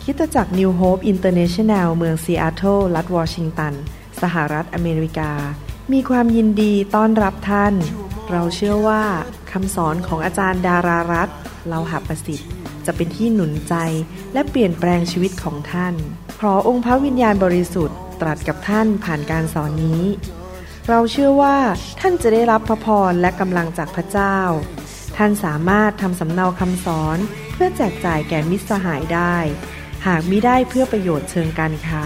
คริสตจักร New Hope International เมืองซีแอตเทิลรัฐวอชิงตันสหรัฐอเมริกามีความยินดีต้อนรับท่านเราเชื่อว่าคำสอนของอาจารย์ดารารัตน์ เลาหะประสิทธิ์จะเป็นที่หนุนใจและเปลี่ยนแปลงชีวิตของท่านขอองค์พระวิญญาณบริสุทธิ์ตรัสกับท่านผ่านการสอนนี้เราเชื่อว่าท่านจะได้รับพระพรและกำลังจากพระเจ้าท่านสามารถทำสำเนาคำสอนเพื่อแจกจ่ายแก่มิตรสหายได้หากมิได้เพื่อประโยชน์เชิงการค้า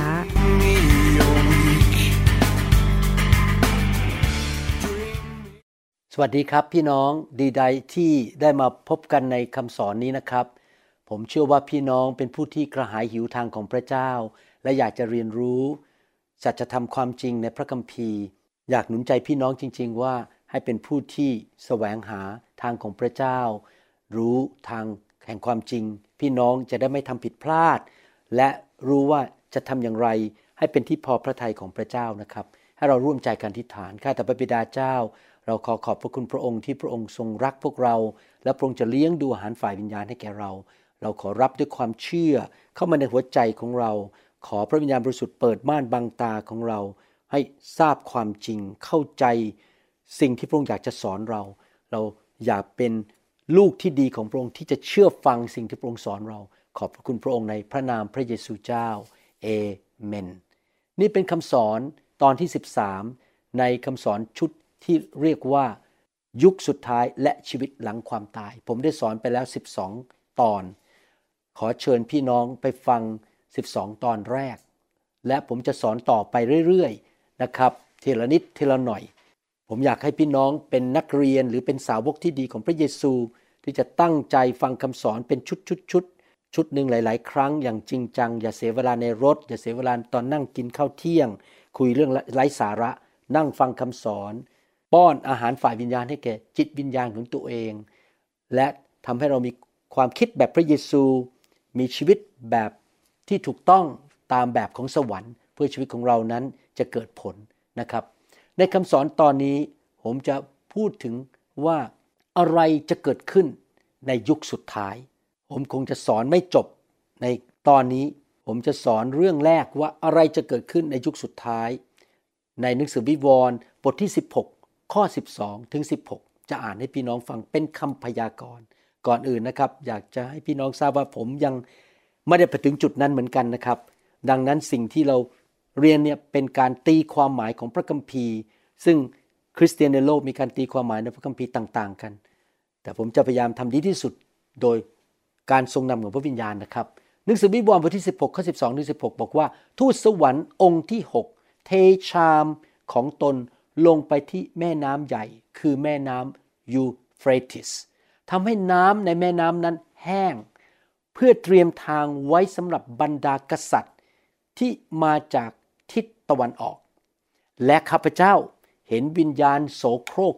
สวัสดีครับพี่น้องดีใจที่ได้มาพบกันในคำสอนนี้นะครับผมเชื่อว่าพี่น้องเป็นผู้ที่กระหายหิวทางของพระเจ้าและอยากจะเรียนรู้สัจธรรมความจริงในพระคัมภีร์อยากหนุนใจพี่น้องจริงๆว่าให้เป็นผู้ที่แสวงหาทางของพระเจ้ารู้ทางแห่งความจริงพี่น้องจะได้ไม่ทำผิดพลาดและรู้ว่าจะทำอย่างไรให้เป็นที่พอพระทัยของพระเจ้านะครับให้เราร่วมใจกันอธิษฐานข้าแต่พระบิดาเจ้าเราขอบพระคุณพระองค์ที่พระองค์ทรงรักพวกเราและพระองค์จะเลี้ยงดูอาหารฝ่ายวิญญาณให้แก่เราเราขอรับด้วยความเชื่อเข้ามาในหัวใจของเราขอพระวิญญาณบริสุทธิ์เปิดม่านบังตาของเราให้ทราบความจริงเข้าใจสิ่งที่พระองค์อยากจะสอนเราอยากเป็นลูกที่ดีของพระองค์ที่จะเชื่อฟังสิ่งที่พระองค์สอนเราขอบพระคุณพระองค์ในพระนามพระเยซูเจ้าเอเมนนี่เป็นคำสอนตอนที่13ในคำสอนชุดที่เรียกว่ายุคสุดท้ายและชีวิตหลังความตายผมได้สอนไปแล้ว12ตอนขอเชิญพี่น้องไปฟัง12ตอนแรกและผมจะสอนต่อไปเรื่อยๆนะครับทีละนิดทีละหน่อยผมอยากให้พี่น้องเป็นนักเรียนหรือเป็นสาวกที่ดีของพระเยซูที่จะตั้งใจฟังคำสอนเป็นชุดหนึ่งหลายๆครั้งอย่างจริงจังอย่าเสียเวลาในรถอย่าเสียเวลาตอนนั่งกินข้าวเที่ยงคุยเรื่องไร้สาระนั่งฟังคำสอนป้อนอาหารฝ่ายวิญญาณให้แก่จิตวิญญาณของตัวเองและทำให้เรามีความคิดแบบพระเยซูมีชีวิตแบบที่ถูกต้องตามแบบของสวรรค์เพื่อชีวิตของเรานั้นจะเกิดผลนะครับในคำสอนตอนนี้ผมจะพูดถึงว่าอะไรจะเกิดขึ้นในยุคสุดท้ายผมคงจะสอนไม่จบในตอนนี้ผมจะสอนเรื่องแรกว่าอะไรจะเกิดขึ้นในยุคสุดท้ายในหนังสือวิวรณ์บทที่16ข้อ12ถึง16จะอ่านให้พี่น้องฟังเป็นคำพยากรณ์ก่อนอื่นนะครับอยากจะให้พี่น้องทราบว่าผมยังไม่ได้ไปถึงจุดนั้นเหมือนกันนะครับดังนั้นสิ่งที่เราเรียนเนี่ยเป็นการตีความหมายของพระคัมภีร์ซึ่งคริสเตียนในโลกมีการตีความหมายในพระคัมภีร์ต่างๆกันแต่ผมจะพยายามทำดีที่สุดโดยการทรงนำของพระวิญญาณนะครับหนังสือวิวรณ์บทที่16ข้อ12ถึง16บอกว่าทูตสวรรค์องค์ที่6เทชามของตนลงไปที่แม่น้ำใหญ่คือแม่น้ำยูเฟรติสทำให้น้ำในแม่น้ำนั้นแห้งเพื่อเตรียมทางไว้สำหรับบรรดากษัตริย์ที่มาจากทิศตะวันออกและข้าพเจ้าเห็นวิญญาณโสโครก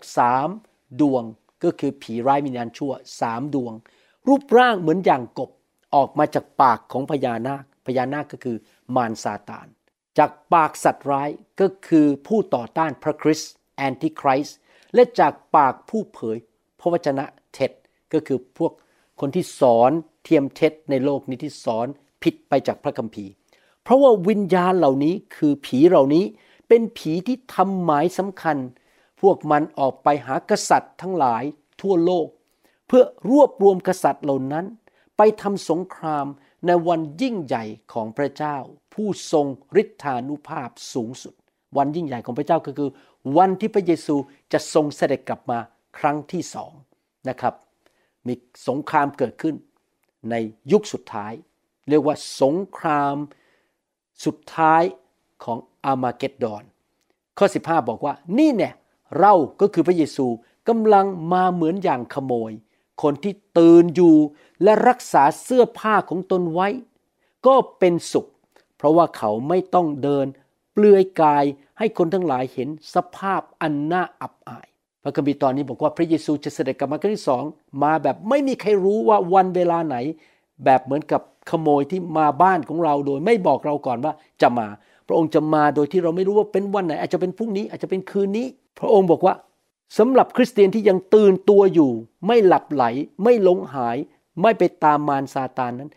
3ดวงก็คือผีร้ายวิญญาณชั่ว3ดวงรูปร่างเหมือนอย่างกบออกมาจากปากของพญานาคก็คือมารซาตานจากปากสัตว์ร้ายก็คือผู้ต่อต้านพระคริสต์แอนติคริสต์และจากปากผู้เผยพระวจนะเท็จก็คือพวกคนที่สอนเทียมเท็จในโลกนี้ที่สอนผิดไปจากพระคัมภีร์เพราะว่าวิญญาณเหล่านี้คือผีเหล่านี้เป็นผีที่ทำหมายสำคัญพวกมันออกไปหากษัตริย์ทั้งหลายทั่วโลกเพื่อรวบรวมกษัตริย์เหล่านั้นไปทำสงครามในวันยิ่งใหญ่ของพระเจ้าผู้ทรงฤทธานุภาพสูงสุดวันยิ่งใหญ่ของพระเจ้าก็คือวันที่พระเยซูจะทรงเสด็จกลับมาครั้งที่2นะครับมีสงครามเกิดขึ้นในยุคสุดท้ายเรียกว่าสงครามสุดท้ายของอาร์มาเกดดอนข้อ15บอกว่านี่เนี่ยเราก็คือพระเยซูกำลังมาเหมือนอย่างขโมยคนที่ตื่นอยู่และรักษาเสื้อผ้าของตนไว้ก็เป็นสุขเพราะว่าเขาไม่ต้องเดินเปลือยกายให้คนทั้งหลายเห็นสภาพอันน่าอับอายพระคัมภีร์ตอนนี้บอกว่าพระเยซูจะเสด็จกลับมาครั้งที่2มาแบบไม่มีใครรู้ว่าวันเวลาไหนแบบเหมือนกับขโมยที่มาบ้านของเราโดยไม่บอกเราก่อนว่าจะมาพระองค์จะมาโดยที่เราไม่รู้ว่าเป็นวันไหนอาจจะเป็นพรุ่งนี้อาจจะเป็นคืนนี้พระองค์บอกว่าสำหรับคริสเตียนที่ยังตื่นตัวอยู่ไม่หลับไหลไม่หลงหายไม่ไปตามมารซาตานนั้น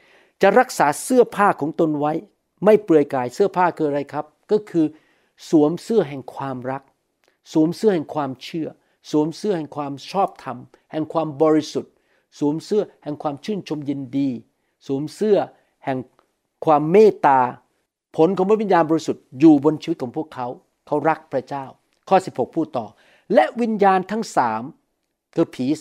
จะรักษาเสื้อผ้าของตนไว้ไม่เปลือยกายเสื้อผ้าคืออะไรครับก็คือสวมเสื้อแห่งความรักสวมเสื้อแห่งความเชื่อสวมเสื้อแห่งความชอบธรรมแห่งความบริสุทธิ์สวมเสื้อแห่งความชื่นชมยินดีสวมเสื้อแห่งความเมตตาผลของพระวิญญาณบริสุทธิ์อยู่บนชีวิตของพวกเขาเขารักพระเจ้าข้อ16พูดต่อและวิญญาณทั้ง3คือผี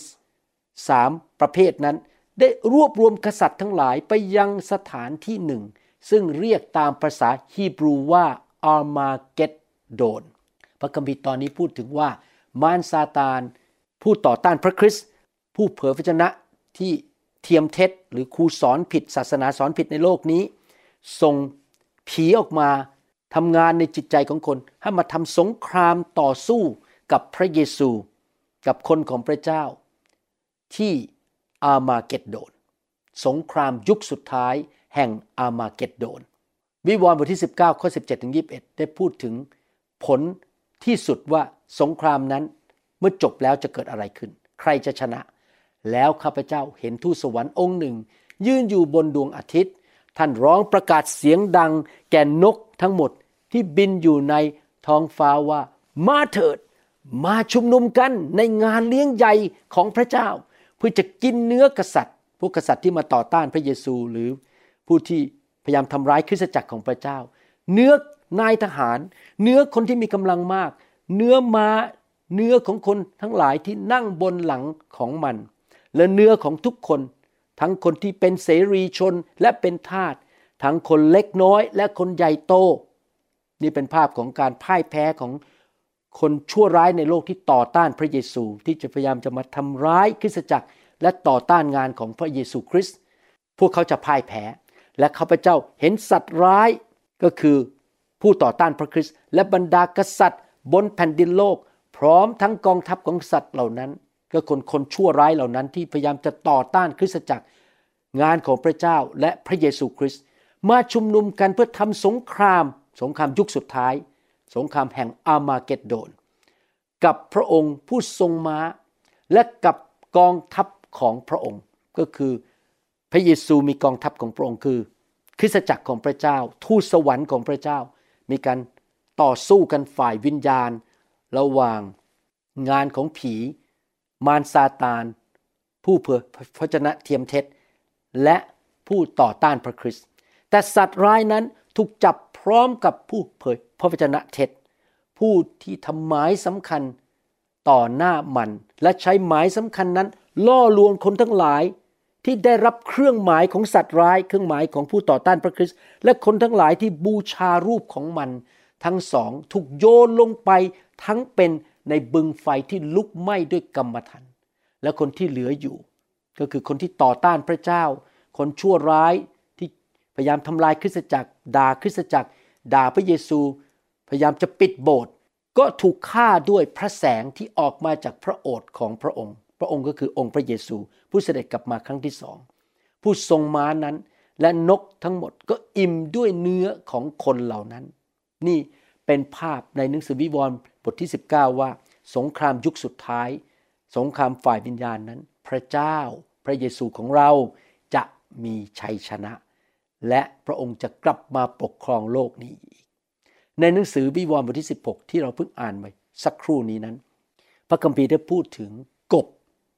3ประเภทนั้นได้รวบรวมกษัตริย์ทั้งหลายไปยังสถานที่หนึ่งซึ่งเรียกตามภาษาฮีบรูว่าอาร์มาเกดโดนพระคัมภีร์ตอนนี้พูดถึงว่ามารซาตานผู้ต่อต้านพระคริสต์ผู้เผยพระวจนะที่เทียมเท็จหรือครูสอนผิดศาสนาสอนผิดในโลกนี้ส่งผีออกมาทำงานในจิตใจของคนให้มาทำสงครามต่อสู้กับพระเยซูกับคนของพระเจ้าที่อาร์มาเกดโดนสงครามยุคสุดท้ายแห่งอาร์มาเกดโดนวิวรณ์บทที่19ข้อ17ถึง21ได้พูดถึงผลที่สุดว่าสงครามนั้นเมื่อจบแล้วจะเกิดอะไรขึ้นใครจะชนะแล้วข้าพเจ้าเห็นทูตสวรรค์องค์หนึ่งยืนอยู่บนดวงอาทิตย์ท่านร้องประกาศเสียงดังแก่นกทั้งหมดที่บินอยู่ในท้องฟ้าว่ามาเถิดมาชุมนุมกันในงานเลี้ยงใหญ่ของพระเจ้าเพื่อจะกินเนื้อกษัตริย์พวกกษัตริย์ที่มาต่อต้านพระเยซูหรือผู้ที่พยายามทำร้ายคริสตจักรของพระเจ้าเนื้อนายทหารเนื้อคนที่มีกำลังมากเนื้อม้าเนื้อของคนทั้งหลายที่นั่งบนหลังของมันและเนื้อของทุกคนทั้งคนที่เป็นเสรีชนและเป็นทาสทั้งคนเล็กน้อยและคนใหญ่โตนี่เป็นภาพของการพ่ายแพ้ของคนชั่วร้ายในโลกที่ต่อต้านพระเยซูที่จะพยายามจะมาทำร้ายคริสตจักรและต่อต้านงานของพระเยซูคริสต์พวกเขาจะพ่ายแพ้และข้าพเจ้าเห็นสัตว์ร้ายก็คือผู้ต่อต้านพระคริสต์และบรรดากษัตริย์บนแผ่นดินโลกพร้อมทั้งกองทัพของสัตว์เหล่านั้นก็คนชั่วร้ายเหล่านั้นที่พยายามจะต่อต้านคริสตจักรงานของพระเจ้าและพระเยซูคริสต์มาชุมนุมกันเพื่อทำสงครามยุคสุดท้ายสงครามแห่งอาร์มาเกดโดนกับพระองค์ผู้ทรงม้าและกับกองทัพของพระองค์ก็คือพระเยซูมีกองทัพของพระองค์คือคริสตจักรของพระเจ้าทูตสวรรค์ของพระเจ้ามีการต่อสู้กันฝ่ายวิญญาณระหว่างงานของผีมารซาตานผู้เผยพระวจนะเทียมเท็จและผู้ต่อต้านพระคริสต์แต่สัตว์ร้ายนั้นถูกจับพร้อมกับผู้เผยพระวจนะเท็จผู้ที่ทำหมายสำคัญต่อหน้ามันและใช้หมายสำคัญนั้นล่อลวงคนทั้งหลายที่ได้รับเครื่องหมายของสัตว์ร้ายเครื่องหมายของผู้ต่อต้านพระคริสต์และคนทั้งหลายที่บูชารูปของมันทั้งสองถูกโยนลงไปทั้งเป็นในบึงไฟที่ลุกไหม้ด้วยกรรมฐานและคนที่เหลืออยู่ก็คือคนที่ต่อต้านพระเจ้าคนชั่วร้ายที่พยายามทำลายคริสตจักรด่าคริสตจักรด่าพระเยซูพยายามจะปิดโบสถ์ก็ถูกฆ่าด้วยพระแสงที่ออกมาจากพระโอษฐ์ของพระองค์พระองค์ก็คือองค์พระเยซูผู้เสด็จกลับมาครั้งที่สองผู้ทรงม้านั้นและนกทั้งหมดก็อิ่มด้วยเนื้อของคนเหล่านั้นนี่เป็นภาพในหนังสือวิวรณ์บทที่19ว่าสงครามยุคสุดท้ายสงครามฝ่ายวิญญาณนั้นพระเจ้าพระเยซูของเราจะมีชัยชนะและพระองค์จะกลับมาปกครองโลกนี้อีกในหนังสือวิวรณ์บทที่16ที่เราเพิ่งอ่านไปสักครู่นี้นั้นพระคัมภีร์ได้พูดถึงกบ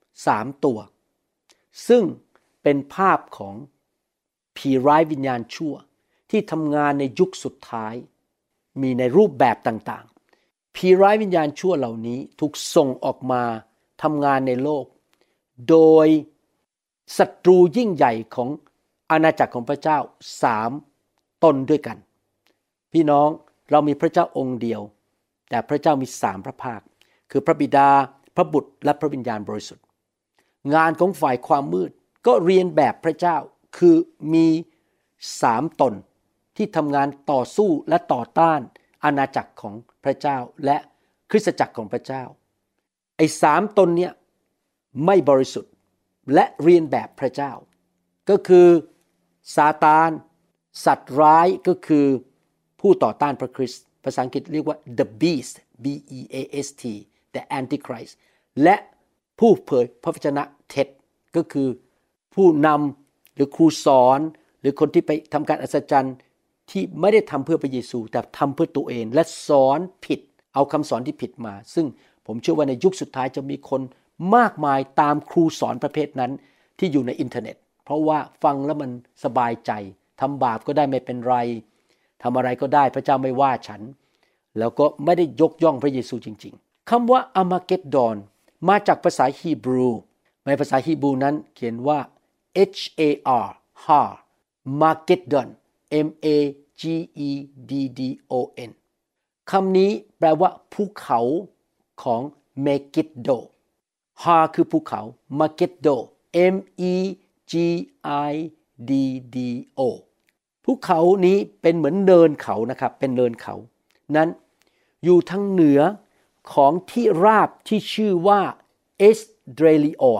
3ตัวซึ่งเป็นภาพของผีร้ายวิญญาณชั่วที่ทำงานในยุคสุดท้ายมีในรูปแบบต่างๆผีร้ายวิญญาณชั่วเหล่านี้ถูกส่งออกมาทำงานในโลกโดยศัตรูยิ่งใหญ่ของอาณาจักรของพระเจ้า3ตนด้วยกันพี่น้องเรามีพระเจ้าองค์เดียวแต่พระเจ้ามี3พระภาคคือพระบิดาพระบุตรและพระวิญญาณบริสุทธิ์งานของฝ่ายความมืดก็เรียนแบบพระเจ้าคือมี3ตนที่ทำงานต่อสู้และต่อต้านอาณาจักรของพระเจ้าและคริสตจักรของพระเจ้าไอ้3ตนเนี่ยไม่บริสุทธิ์และเรียนแบบพระเจ้าก็คือซาตานสัตว์ร้ายก็คือผู้ต่อต้านพระคริสต์ภาษาอังกฤษเรียกว่า the beast B E A S T the antichrist และผู้เผยพระวจนะเท็จก็คือผู้นำหรือครูสอนหรือคนที่ไปทำการอัศจรรย์ที่ไม่ได้ทำเพื่อพระเยซูแต่ทำเพื่อตัวเองและสอนผิดเอาคำสอนที่ผิดมาซึ่งผมเชื่อว่าในยุคสุดท้ายจะมีคนมากมายตามครูสอนประเภทนั้นที่อยู่ในอินเทอร์เน็ตเพราะว่าฟังแล้วมันสบายใจทำบาปก็ได้ไม่เป็นไรทำอะไรก็ได้พระเจ้าไม่ว่าฉันแล้วก็ไม่ได้ยกย่องพระเยซูจริงๆคำว่าอามาเกดดอนมาจากภาษาฮีบรูในภาษาฮีบรูนั้นเขียนว่า HAR har Mageddon Mageddon คำนี้แปลว่าภูเขาของเมกิดโดฮาคือภูเขามาเกดโด Megiddo ภูเขานี้เป็นเหมือนเนินเขานะครับเป็นเนินเขานั้นอยู่ทางเหนือของที่ราบที่ชื่อว่าเอสเดรลิออน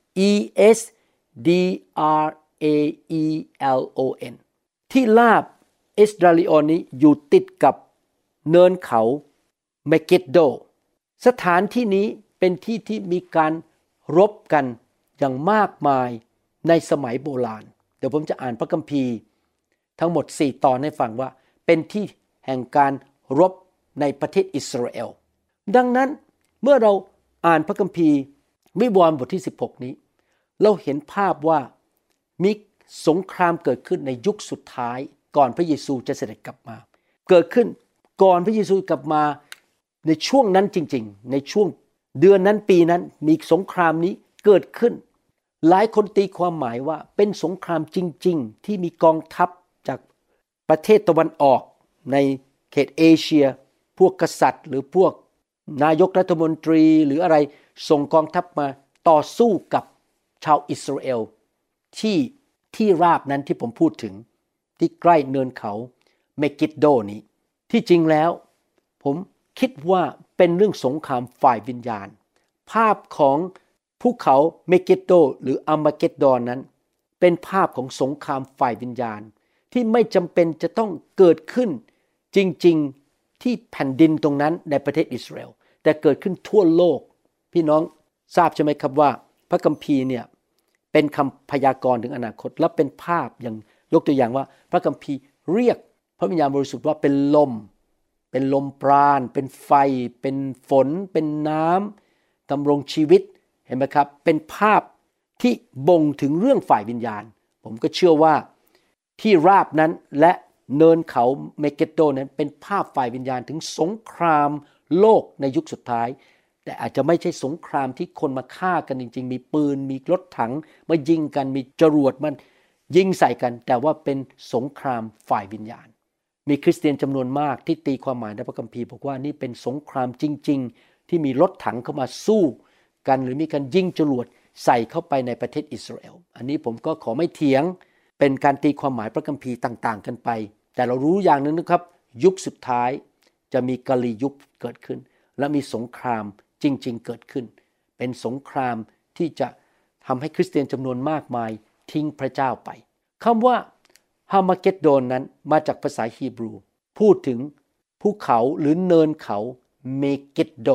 ESDRAELON ที่ราบเอสเดรลิออนนี้อยู่ติดกับเนินเขาเมกิดโดสถานที่นี้เป็นที่ที่มีการรบกันอย่างมากมายในสมัยโบราณเดี๋ยวผมจะอ่านพระคัมภีร์ทั้งหมด4ตอนให้ฟังว่าเป็นที่แห่งการรบในประเทศอิสราเอลดังนั้นเมื่อเราอ่านพระคัมภีร์วิวรณ์บทที่16นี้เราเห็นภาพว่ามีสงครามเกิดขึ้นในยุคสุดท้ายก่อนพระเยซูจะเสด็จกลับมาเกิดขึ้นก่อนพระเยซูกลับมาในช่วงนั้นจริงๆในช่วงเดือนนั้นปีนั้นมีสงครามนี้เกิดขึ้นหลายคนตีความหมายว่าเป็นสงครามจริงๆที่มีกองทัพจากประเทศตะวันออกในเขตเอเชียพวกกษัตริย์หรือพวกนายกรัฐมนตรีหรืออะไรส่งกองทัพมาต่อสู้กับชาวอิสราเอลที่ราบนั้นที่ผมพูดถึงที่ใกล้เนินเขาเมกิดโดนี้ที่จริงแล้วผมคิดว่าเป็นเรื่องสงครามฝ่ายวิญญาณภาพของภูเขาเมกิดโดหรืออามาเกดดอนนั้นเป็นภาพของสงครามฝ่ายวิญญาณที่ไม่จำเป็นจะต้องเกิดขึ้นจริงๆที่แผ่นดินตรงนั้นในประเทศอิสราเอลแต่เกิดขึ้นทั่วโลกพี่น้องทราบใช่ไหมครับว่าพระคัมภีร์เนี่ยเป็นคำพยากรณ์ถึงอนาคตและเป็นภาพอย่างยกตัวอย่างว่าพระคัมภีร์เรียกพระวิญญาณบริสุทธิ์ว่าเป็นลมปราณเป็นไฟเป็นฝนเป็นน้ำดำรงชีวิตเห็นไหมครับเป็นภาพที่บ่งถึงเรื่องฝ่ายวิญญาณผมก็เชื่อว่าที่ราบนั้นและเนินเขาเมกิดโดนั้นเป็นภาพฝ่ายวิญญาณถึงสงครามโลกในยุคสุดท้ายแต่อาจจะไม่ใช่สงครามที่คนมาฆ่ากันจริงๆมีปืนมีรถถังมายิงกันมีจรวดมันยิงใส่กันแต่ว่าเป็นสงครามฝ่ายวิญญาณมีคริสเตียนจำนวนมากที่ตีความหมายในพระคัมภีร์บอกว่านี่เป็นสงครามจริงๆที่มีรถถังเข้ามาสู้กันหรือมีการยิงจรวดใส่เข้าไปในประเทศอิสราเอลอันนี้ผมก็ขอไม่เถียงเป็นการตีความหมายพระคัมภีร์ต่างๆกันไปแต่เรารู้อย่างนึงนะครับยุคสุดท้ายจะมีกาลียุคเกิดขึ้นและมีสงครามจริงๆเกิดขึ้นเป็นสงครามที่จะทำให้คริสเตียนจำนวนมากมายทิ้งพระเจ้าไปคำว่าฮามาเกดโดนนั้นมาจากภาษาฮีบรูพูดถึงภูเขาหรือเนินเขาเมกิดโด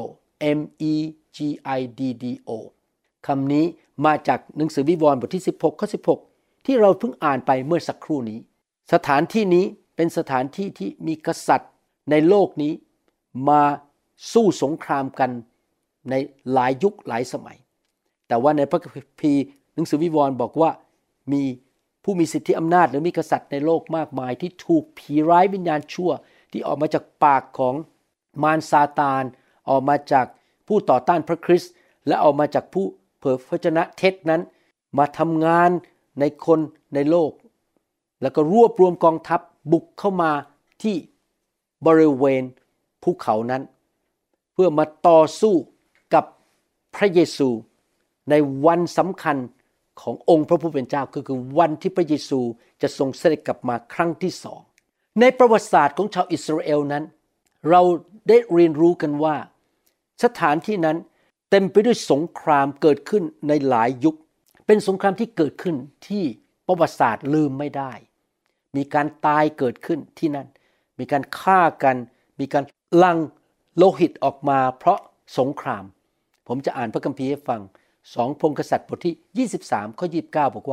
Megiddo คำนี้มาจากหนังสือวิวรณ์บทที่16ข้อ16ที่เราเพิ่งอ่านไปเมื่อสักครู่นี้สถานที่นี้เป็นสถานที่ที่มีกษัตริย์ในโลกนี้มาสู้สงครามกันในหลายยุคหลายสมัยแต่ว่าในพระคัมภีร์หนังสือวิวรณ์บอกว่ามีผู้มีสิทธิอำนาจหรือมีกษัตริย์ในโลกมากมายที่ถูกผีร้ายวิญญาณชั่วที่ออกมาจากปากของมารซาตานออกมาจากผู้ต่อต้านพระคริสต์และออกมาจากผู้เผยพระวจนะเท็จนั้นมาทำงานในคนในโลกแล้วก็รวบรวมกองทัพบุกเข้ามาที่บริเวณภูเขานั้นเพื่อมาต่อสู้กับพระเยซูในวันสำคัญขององค์พระผู้เป็นเจ้าก็คือวันที่พระเยซูจะทรงเสด็จกลับมาครั้งที่2ในประวัติศาสตร์ของชาวอิสราเอลนั้นเราได้เรียนรู้กันว่าสถานที่นั้นเต็มไปด้วยสงครามเกิดขึ้นในหลายยุคเป็นสงครามที่เกิดขึ้นที่ประวัติศาสตร์ลืมไม่ได้มีการตายเกิดขึ้นที่นั่นมีการฆ่ากันมีการหลั่งโลหิตออกมาเพราะสงครามผมจะอ่านพระคัมภีร์ให้ฟัง2พงศ์กษัตริย์บทที่23ข้อ29บอกว่า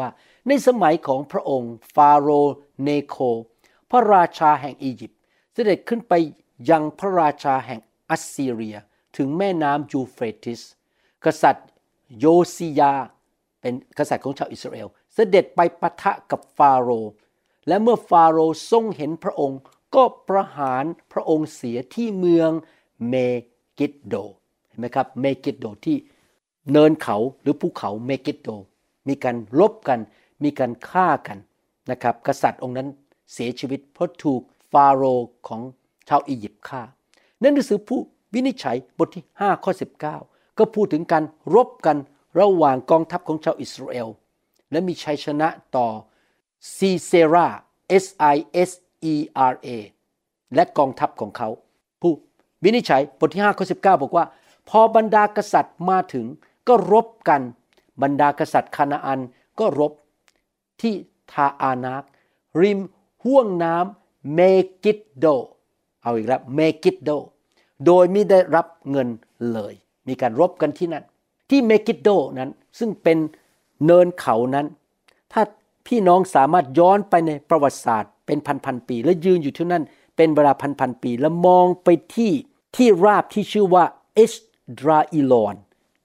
ในสมัยของพระองค์ฟาโรห์เนโคพระราชาแห่งอียิปต์เสด็จขึ้นไปยังพระราชาแห่งอัสซีเรียถึงแม่น้ำยูเฟรติสกษัตริย์โยซียาเป็นกษัตริย์ของชาวอิสราเอลเสด็จไปปะทะกับฟาโรห์และเมื่อฟาโรห์ทรงเห็นพระองค์ก็ประหารพระองค์เสียที่เมืองเมกิดโดเห็นไหมครับเมกิดโดที่เนินเขาหรือภูเขาเมกิดโดมีการรบกันมีการฆ่ากันนะครับกษัตริย์องค์นั้นเสียชีวิตเพราะถูกฟาโรห์ของชาวอียิปต์ฆ่าในหนังสือผู้วินิจฉัยบทที่5ข้อ19ก็พูดถึงการรบกันระหว่างกองทัพของชาวอิสราเอลและมีชัยชนะต่อซีเซรา SISERA และกองทัพของเขาผู้วินิจฉัยบทที่5ข้อ19บอกว่าพอบรรดากษัตริย์มาถึงก็รบกันบรรดากษัตริย์คานาอันก็รบที่ทาอานักริมห้วงน้ำเมกิดโดเอาอีกแล้วเมกิดโดโดยไม่ได้รับเงินเลยมีการรบกันที่นั่นที่เมกิดโดนั้นซึ่งเป็นเนินเขานั้นถ้าพี่น้องสามารถย้อนไปในประวัติศาสตร์เป็นพันปีและยืนอยู่ที่นั่นเป็นเวลาพันปีแล้วมองไปที่ราบที่ชื่อว่าเอสดราอิลอน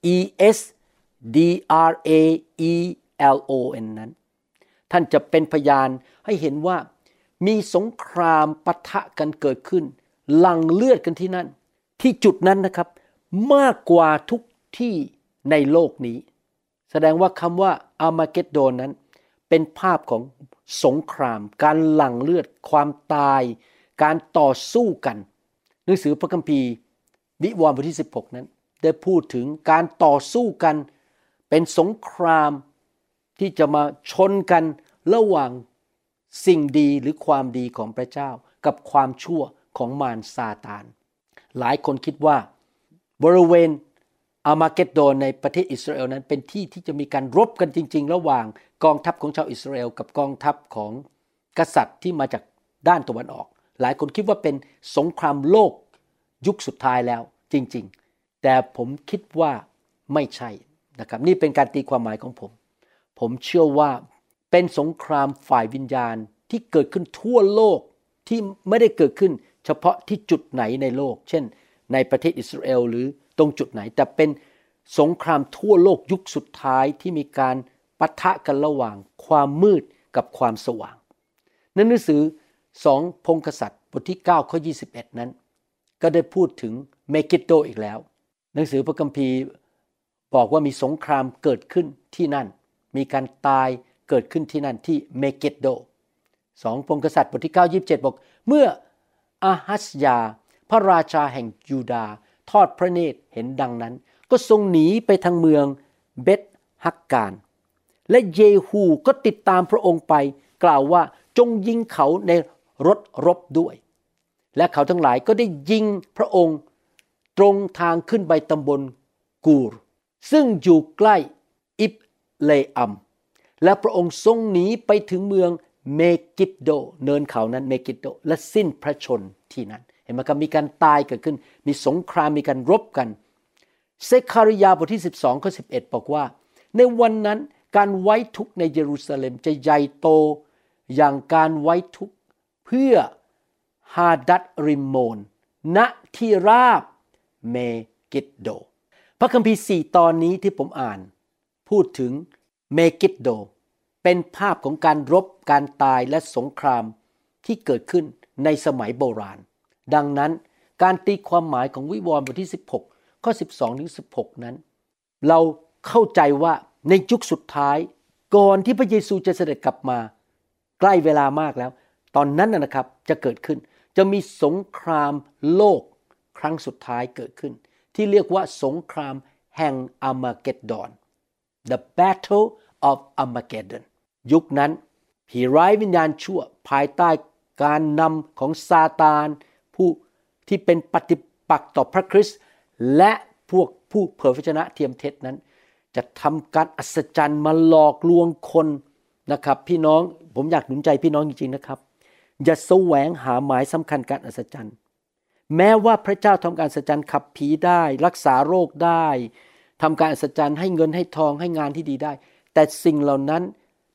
ESDRAELON นั้นท่านจะเป็นพยานให้เห็นว่ามีสงครามปะทะกันเกิดขึ้นหลั่งเลือดกันที่นั่นที่จุดนั้นนะครับมากกว่าทุกที่ในโลกนี้แสดงว่าคำว่าอาร์มาเกดโดนนั้นเป็นภาพของสงครามการหลั่งเลือดความตายการต่อสู้กันหนังสือพระคัมภีร์วิวรณ์บทที่16นั้นได้พูดถึงการต่อสู้กันเป็นสงครามที่จะมาชนกันระหว่างสิ่งดีหรือความดีของพระเจ้ากับความชั่วของมารซาตานหลายคนคิดว่าบริเวณอาร์มาเกดโดนในประเทศอิสราเอลนั้นเป็นที่ที่จะมีการรบกันจริงๆระหว่างกองทัพของชาวอิสราเอลกับกองทัพของกษัตริย์ที่มาจากด้านตะวันออกหลายคนคิดว่าเป็นสงครามโลกยุคสุดท้ายแล้วจริงๆแต่ผมคิดว่าไม่ใช่นะครับนี่เป็นการตีความหมายของผมเชื่อว่าเป็นสงครามฝ่ายวิญญาณที่เกิดขึ้นทั่วโลกที่ไม่ได้เกิดขึ้นเฉพาะที่จุดไหนในโลกเช่นในประเทศอิสราเอลหรือตรงจุดไหนแต่เป็นสงครามทั่วโลกยุคสุดท้ายที่มีการปะทะกันระหว่างความมืดกับความสว่างในหนังสือ2พงศ์กษัตริย์บทที่9ข้อ21นั้นก็ได้พูดถึงเมกิดโดอีกแล้วหนังสือพระคัมภีร์บอกว่ามีสงครามเกิดขึ้นที่นั่นมีการตายเกิดขึ้นที่นั่นที่เมกิดโด2พงศ์กษัตริย์บทที่9 27บอกเมื่ออาฮัสยาพระราชาแห่งยูดาห์ทอดพระเนตรเห็นดังนั้นก็ทรงหนีไปทางเมืองเบธฮักการและเยฮูก็ติดตามพระองค์ไปกล่าวว่าจงยิงเขาในรถรบด้วยและเขาทั้งหลายก็ได้ยิงพระองค์ตรงทางขึ้นไปตำบลกูรซึ่งอยู่ใกล้อิบเลอัมและพระองค์ทรงหนีไปถึงเมืองเมกิดโดเนินเขานั้นเมกิดโดและสิ้นพระชนที่นั้นเห็นไหมครับมีการตายเกิดขึ้นมีสงครามมีการรบกันเซคาริยาบทที่12ข้อ11บอกว่าในวันนั้นการไว้ทุกข์ในเยรูซาเล็มจะใหญ่โตอย่างการไว้ทุกข์เพื่อฮาดัดริมโมนณที่ราบเมกิดโดพระคัมภีร์4ตอนนี้ที่ผมอ่านพูดถึงเมกิดโดเป็นภาพของการรบการตายและสงครามที่เกิดขึ้นในสมัยโบราณดังนั้นการตีความหมายของวิวรณ์บทที่16ข้อ12ถึง16นั้นเราเข้าใจว่าในยุคสุดท้ายก่อนที่พระเยซูจะเสด็จกลับมาใกล้เวลามากแล้วตอนนั้นนะครับจะเกิดขึ้นจะมีสงครามโลกครั้งสุดท้ายเกิดขึ้นที่เรียกว่าสงครามแห่งอาร์มาเกดดอน The Battle of Armageddon ยุคนั้นผีร้ายวิญญาณชั่วภายใต้การนำของซาตานผู้ที่เป็นปฏิปักษ์ต่อพระคริสต์และพวกผู้เผยพระชนะเทียมเท็จนั้นจะทำการอัศจรรย์มาหลอกลวงคนนะครับพี่น้องผมอยากหนุนใจพี่น้องจริงๆนะครับอย่าแสวงหาหมายสำคัญการอัศจรรย์แม้ว่าพระเจ้าทำการอัศจรรย์ขับผีได้รักษาโรคได้ทำการอัศจรรย์ให้เงินให้ทองให้งานที่ดีได้แต่สิ่งเหล่านั้น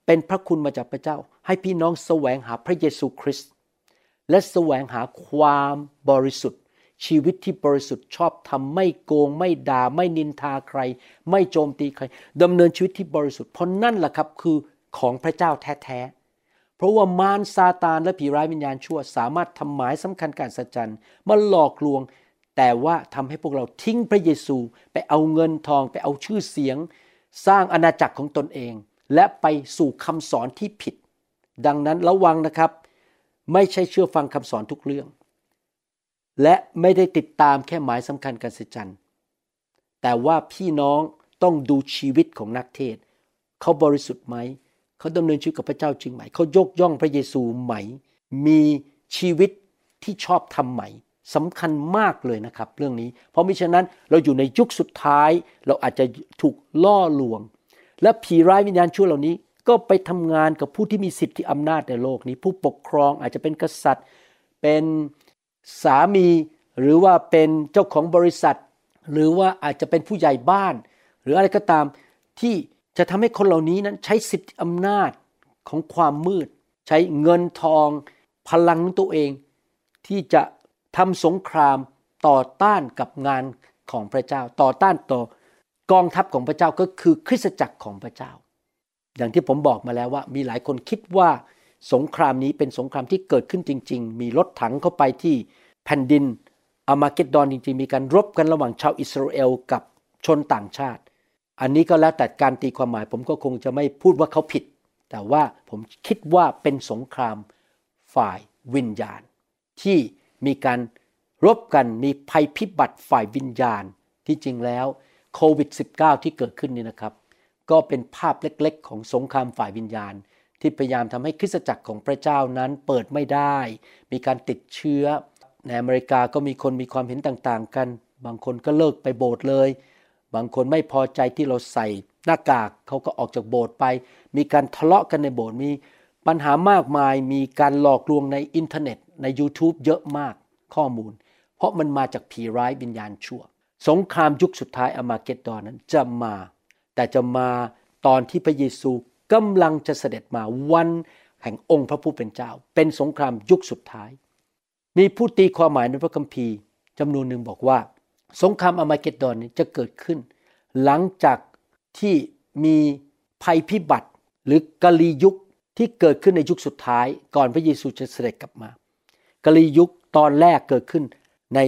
เป็นพระคุณมาจากพระเจ้าให้พี่น้องแสวงหาพระเยซูคริสต์และแสวงหาความบริสุทธิ์ชีวิตที่บริสุทธิ์ชอบธรรมไม่โกงไม่ด่าไม่นินทาใครไม่โจมตีใครดำเนินชีวิตที่บริสุทธิ์เพราะนั่นแหละครับคือของพระเจ้าแท้ๆเพราะว่ามารซาตานและผีร้ายวิญญาณชั่วสามารถทำหมายสำคัญการสัจจันมาหลอกลวงแต่ว่าทำให้พวกเราทิ้งพระเยซูไปเอาเงินทองไปเอาชื่อเสียงสร้างอาณาจักรของตนเองและไปสู่คำสอนที่ผิดดังนั้นระวังนะครับไม่ใช่เชื่อฟังคำสอนทุกเรื่องและไม่ได้ติดตามแค่หมายสำคัญการสัจจันแต่ว่าพี่น้องต้องดูชีวิตของนักเทศน์เขาบริสุทธิ์ไหมเขาดำเนินชีวิตกับพระเจ้าจริงไหมเขายกย่องพระเยซูไหมมีชีวิตที่ชอบธรรมไหมสำคัญมากเลยนะครับเรื่องนี้เพราะมิฉะนั้นเราอยู่ในยุคสุดท้ายเราอาจจะถูกล่อลวงและผีร้ายวิญญาณชั่วเหล่านี้ก็ไปทำงานกับผู้ที่มีสิทธิอำนาจในโลกนี้ผู้ปกครองอาจจะเป็นกษัตริย์เป็นสามีหรือว่าเป็นเจ้าของบริษัทหรือว่าอาจจะเป็นผู้ใหญ่บ้านหรืออะไรก็ตามที่จะทำให้คนเหล่านี้นั้นใช้สิทธิอำนาจของความมืดใช้เงินทองพลังของตัวเองที่จะทำสงครามต่อต้านกับงานของพระเจ้าต่อต้านต่อกองทัพของพระเจ้าก็คือคริสตจักรของพระเจ้าอย่างที่ผมบอกมาแล้วว่ามีหลายคนคิดว่าสงครามนี้เป็นสงครามที่เกิดขึ้นจริงๆมีรถถังเข้าไปที่แผ่นดินอาร์มาเกดดอนจริงๆมีการรบกันระหว่างชาวอิสราเอลกับชนต่างชาติอันนี้ก็แล้วแต่การตีความหมายผมก็คงจะไม่พูดว่าเขาผิดแต่ว่าผมคิดว่าเป็นสงครามฝ่ายวิญญาณที่มีการรบกันมีภัยพิบัติฝ่ายวิญญาณที่จริงแล้วโควิด -19 ที่เกิดขึ้นนี่นะครับก็เป็นภาพเล็กๆของสงครามฝ่ายวิญญาณที่พยายามทำให้คริสตจักรของพระเจ้านั้นเปิดไม่ได้มีการติดเชื้อในอเมริกาก็มีคนมีความเห็นต่างๆกันบางคนก็เลิกไปโบสถ์เลยบางคนไม่พอใจที่เราใส่หน้ากากเขาก็ออกจากโบสถ์ไปมีการทะเลาะกันในโบสถ์มีปัญหามากมายมีการหลอกลวงในอินเทอร์เน็ตใน YouTube เยอะมากข้อมูลเพราะมันมาจากผีร้ายวิญญาณชั่วสงครามยุคสุดท้ายอาร์มาเกดดอนนั้นจะมาแต่จะมาตอนที่พระเยซูกำลังจะเสด็จมาวันแห่งองค์พระผู้เป็นเจ้าเป็นสงครามยุคสุดท้ายมีผู้ตีความหมายในพระคัมภีร์จำนวนหนึ่งบอกว่าสงครามอาร์มาเกดดอนนี้จะเกิดขึ้นหลังจากที่มีภัยพิบัติหรือกาลียุคที่เกิดขึ้นในยุคสุดท้ายก่อนพระเยซูจะเสด็จกลับมากาลียุคตอนแรกเกิดขึ้นใน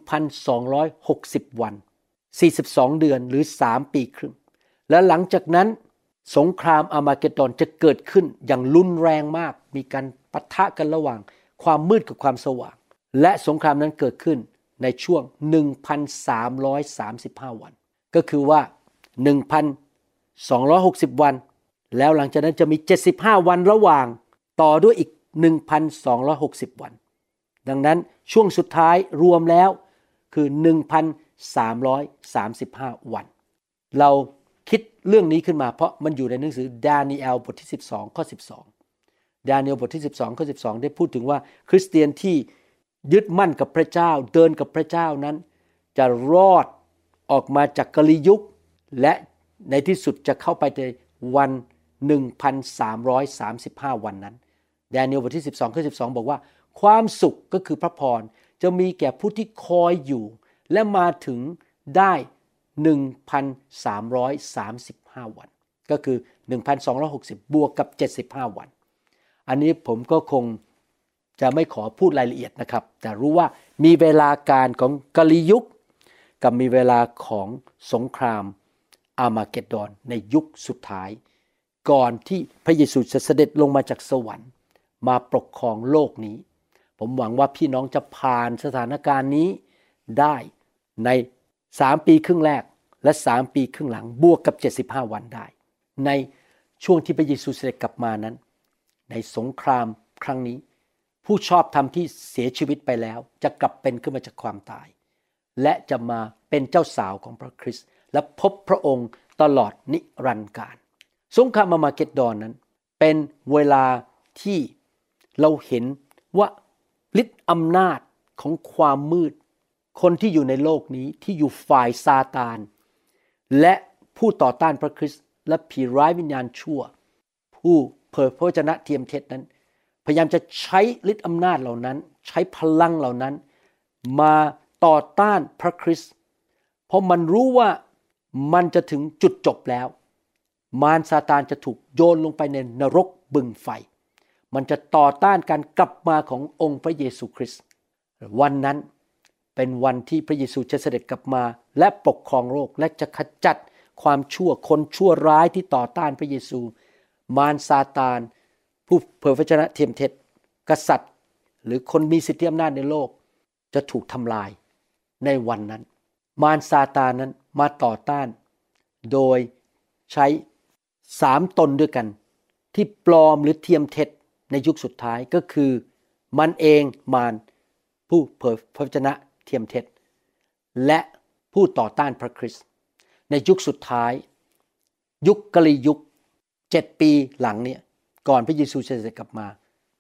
1,260 วัน42 เดือนหรือ3 ปีครึ่งและหลังจากนั้นสงครามอาร์มาเกดดอนจะเกิดขึ้นอย่างรุนแรงมากมีการปะทะกันระหว่างความมืดกับความสว่างและสงครามนั้นเกิดขึ้นในช่วง 1,335 วันก็คือว่า 1,260 วันแล้วหลังจากนั้นจะมี75 วันระหว่างต่อด้วยอีก 1,260 วันดังนั้นช่วงสุดท้ายรวมแล้วคือ 1,335 วันเราคิดเรื่องนี้ขึ้นมาเพราะมันอยู่ในหนังสือดานีเอลบทที่12ข้อ12ดานีเอลบทที่12ข้อ12ได้พูดถึงว่าคริสเตียนที่ยึดมั่นกับพระเจ้าเดินกับพระเจ้านั้นจะรอดออกมาจากกาลียุคและในที่สุดจะเข้าไปในวัน 1,335 วันนั้นดานีเอลบทที่12ข้อ12บอกว่าความสุขก็คือพระพรจะมีแก่ผู้ที่คอยอยู่และมาถึงได้ 1,335 วันก็คือ 1,260 บวกกับ75 วันอันนี้ผมก็คงจะไม่ขอพูดรายละเอียดนะครับแต่รู้ว่ามีเวลาการของกาลียุคกับมีเวลาของสงครามอาร์มาเกดดอนในยุคสุดท้ายก่อนที่พระเยซูจะเสด็จลงมาจากสวรรค์มาปกครองโลกนี้ผมหวังว่าพี่น้องจะผ่านสถานการณ์นี้ได้ใน3 ปีครึ่งแรกและ3 ปีครึ่งหลังบวกกับ75 วันได้ในช่วงที่พระเยซูเสด็จกลับมานั้นในสงครามครั้งนี้ผู้ชอบธรรมที่เสียชีวิตไปแล้วจะกลับเป็นขึ้นมาจากความตายและจะมาเป็นเจ้าสาวของพระคริสต์และพบพระองค์ตลอดนิรันดร์กาลสงครามอาร์มาเกดดอนนั้นเป็นเวลาที่เราเห็นว่าฤทธิ์อำนาจของความมืดคนที่อยู่ในโลกนี้ที่อยู่ฝ่ายซาตานและผู้ต่อต้านพระคริสต์และผีร้ายวิญญาณชั่วผผู้เผยพระวจนะเทียมเท็จนั้นพยายามจะใช้ฤทธิ์อำนาจเหล่านั้นใช้พลังเหล่านั้นมาต่อต้านพระคริสต์เพราะมันรู้ว่ามันจะถึงจุดจบแล้วมารซาตานจะถูกโยนลงไปในนรกบึงไฟมันจะต่อต้านการกลับมาขององค์พระเยซูคริสต์วันนั้นเป็นวันที่พระเยซูจะเสด็จกลับมาและปกครองโลกและจะขจัดความชั่วคนชั่วร้ายที่ต่อต้านพระเยซูมารซาตานผู้เผยพระวจนะเทียมเท็จกษัตริย์หรือคนมีสิทธิอำนาจในโลกจะถูกทำลายในวันนั้นมารซาตานนั้นมาต่อต้านโดยใช้3 ตนด้วยกันที่ปลอมหรือเทียมเท็จในยุคสุดท้ายก็คือมันเองมารผู้เผยพระวจนะเทียมเท็จและผู้ต่อต้านพระคริสต์ในยุคสุดท้ายยุคกะลียุค7 ปีหลังเนี่ยก่อนพระเยซูจะเสด็จกลับมา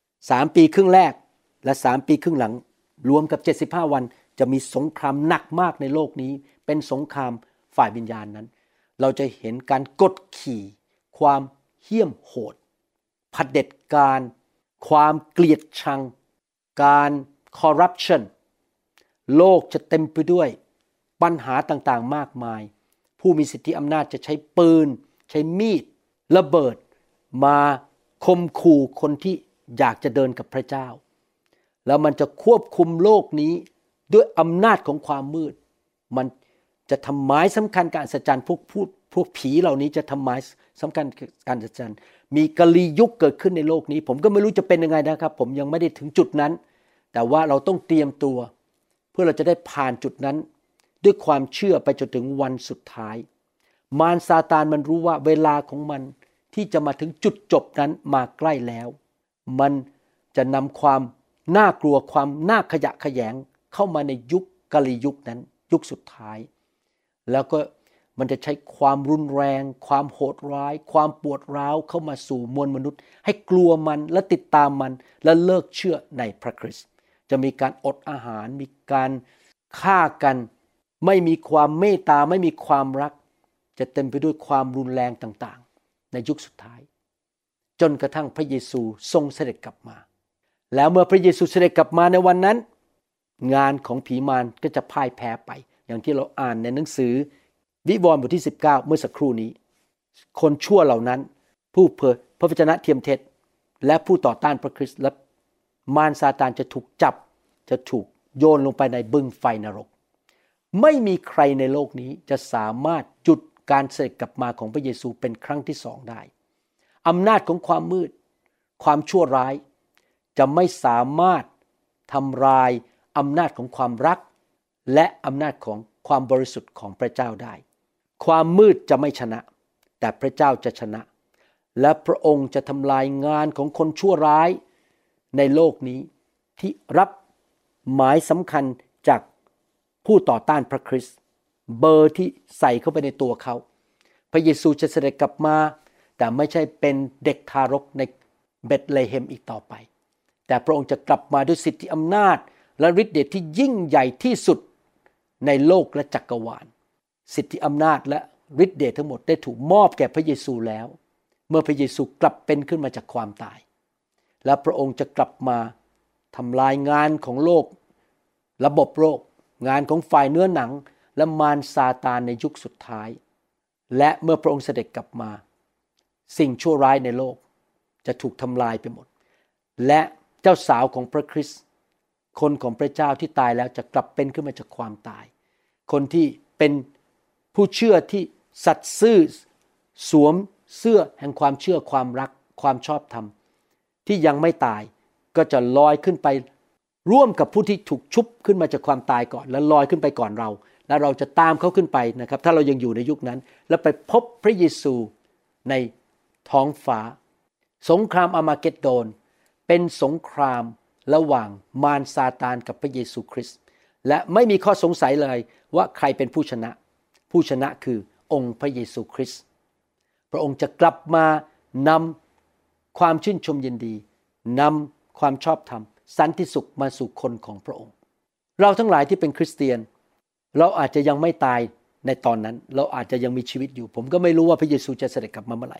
3 ปีครึ่งแรกและ3 ปีครึ่งหลังรวมกับ75 วันจะมีสงครามหนักมากในโลกนี้เป็นสงครามฝ่ายวิญญาณนั้นเราจะเห็นการกดขี่ความเหี้ยมโหดเผด็จการความเกลียดชังการคอร์รัปชันโลกจะเต็มไปด้วยปัญหาต่างๆมากมายผู้มีสิทธิอำนาจจะใช้ปืนใช้มีดระเบิดมาข่มขู่คนที่อยากจะเดินกับพระเจ้าแล้วมันจะควบคุมโลกนี้ด้วยอำนาจของความมืดมันจะทำหมายสำคัญการอัศจรรย์พวกผีเหล่านี้จะทำหมายสำคัญการอัศจรรย์มีกะลียุคเกิดขึ้นในโลกนี้ผมก็ไม่รู้จะเป็นยังไงนะครับผมยังไม่ได้ถึงจุดนั้นแต่ว่าเราต้องเตรียมตัวเพื่อเราจะได้ผ่านจุดนั้นด้วยความเชื่อไปจนถึงวันสุดท้ายมารซาตานมันรู้ว่าเวลาของมันที่จะมาถึงจุดจบนั้นมาใกล้แล้วมันจะนำความน่ากลัวความน่าขยะแขยงเข้ามาในยุคกะลียุคนั้นยุคสุดท้ายแล้วก็มันจะใช้ความรุนแรงความโหดร้ายความปวดร้าวเข้ามาสู่มวลมนุษย์ให้กลัวมันและติดตามมันและเลิกเชื่อในพระคริสต์จะมีการอดอาหารมีการฆ่ากันไม่มีความเมตตาไม่มีความรักจะเต็มไปด้วยความรุนแรงต่างๆในยุคสุดท้ายจนกระทั่งพระเยซูทรงเสด็จกลับมาแล้วเมื่อพระเยซูเสด็จกลับมาในวันนั้นงานของผีมารก็จะพ่ายแพ้ไปอย่างที่เราอ่านในหนังสือวิวรณ์บทที่19เมื่อสักครู่นี้คนชั่วเหล่านั้นผู้เผยพระวจนะเทียมเท็จและผู้ต่อต้านพระคริสต์และมารซาตานจะถูกจับจะถูกโยนลงไปในบึงไฟนรกไม่มีใครในโลกนี้จะสามารถหยุดการเสด็จกลับมาของพระเยซูเป็นครั้งที่2ได้อำนาจของความมืดความชั่วร้ายจะไม่สามารถทำลายอำนาจของความรักและอำนาจของความบริสุทธิ์ของพระเจ้าได้ความมืดจะไม่ชนะแต่พระเจ้าจะชนะและพระองค์จะทำลายงานของคนชั่วร้ายในโลกนี้ที่รับหมายสำคัญจากผู้ต่อต้านพระคริสต์เบอร์ที่ใส่เข้าไปในตัวเขาพระเยซูจะเสด็จกลับมาแต่ไม่ใช่เป็นเด็กทารกในเบธเลเฮมอีกต่อไปแต่พระองค์จะกลับมาด้วยสิทธิอำนาจและฤทธิ์เดชที่ยิ่งใหญ่ที่สุดในโลกและจักรวาลสิทธิอำนาจและฤทธิ์เดชทั้งหมดได้ถูกมอบแก่พระเยซูแล้วเมื่อพระเยซูกลับเป็นขึ้นมาจากความตายและพระองค์จะกลับมาทำลายงานของโลกระบบโลกงานของฝ่ายเนื้อหนังและมารซาตานในยุคสุดท้ายและเมื่อพระองค์เสด็จกลับมาสิ่งชั่วร้ายในโลกจะถูกทำลายไปหมดและเจ้าสาวของพระคริสต์คนของพระเจ้าที่ตายแล้วจะกลับเป็นขึ้นมาจากความตายคนที่เป็นผู้เชื่อที่สัตย์ซื่อสวมเสื้อแห่งความเชื่อความรักความชอบธรรมที่ยังไม่ตายก็จะลอยขึ้นไปร่วมกับผู้ที่ถูกชุบขึ้นมาจากความตายก่อนและลอยขึ้นไปก่อนเราและเราจะตามเขาขึ้นไปนะครับถ้าเรายังอยู่ในยุคนั้นแล้วไปพบพระเยซูในท้องฟ้าสงครามอาร์มาเกดโดนเป็นสงครามระหว่างมารซาตานกับพระเยซูคริสต์และไม่มีข้อสงสัยเลยว่าใครเป็นผู้ชนะผู้ชนะคือองค์พระเยซูคริสต์พระองค์จะกลับมานำความชื่นชมยินดีนำความชอบธรรมสันติสุขมาสู่คนของพระองค์เราทั้งหลายที่เป็นคริสเตียนเราอาจจะยังไม่ตายในตอนนั้นเราอาจจะยังมีชีวิตอยู่ผมก็ไม่รู้ว่าพระเยซูจะเสด็จกลับมาเมื่อไหร่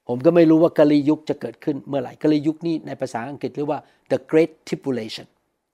ผมก็ไม่รู้ว่ากาลียุคจะเกิดขึ้นเมื่อไหร่กาลียุคนี้ในภาษาอังกฤษเรียกว่า the Great Tribulation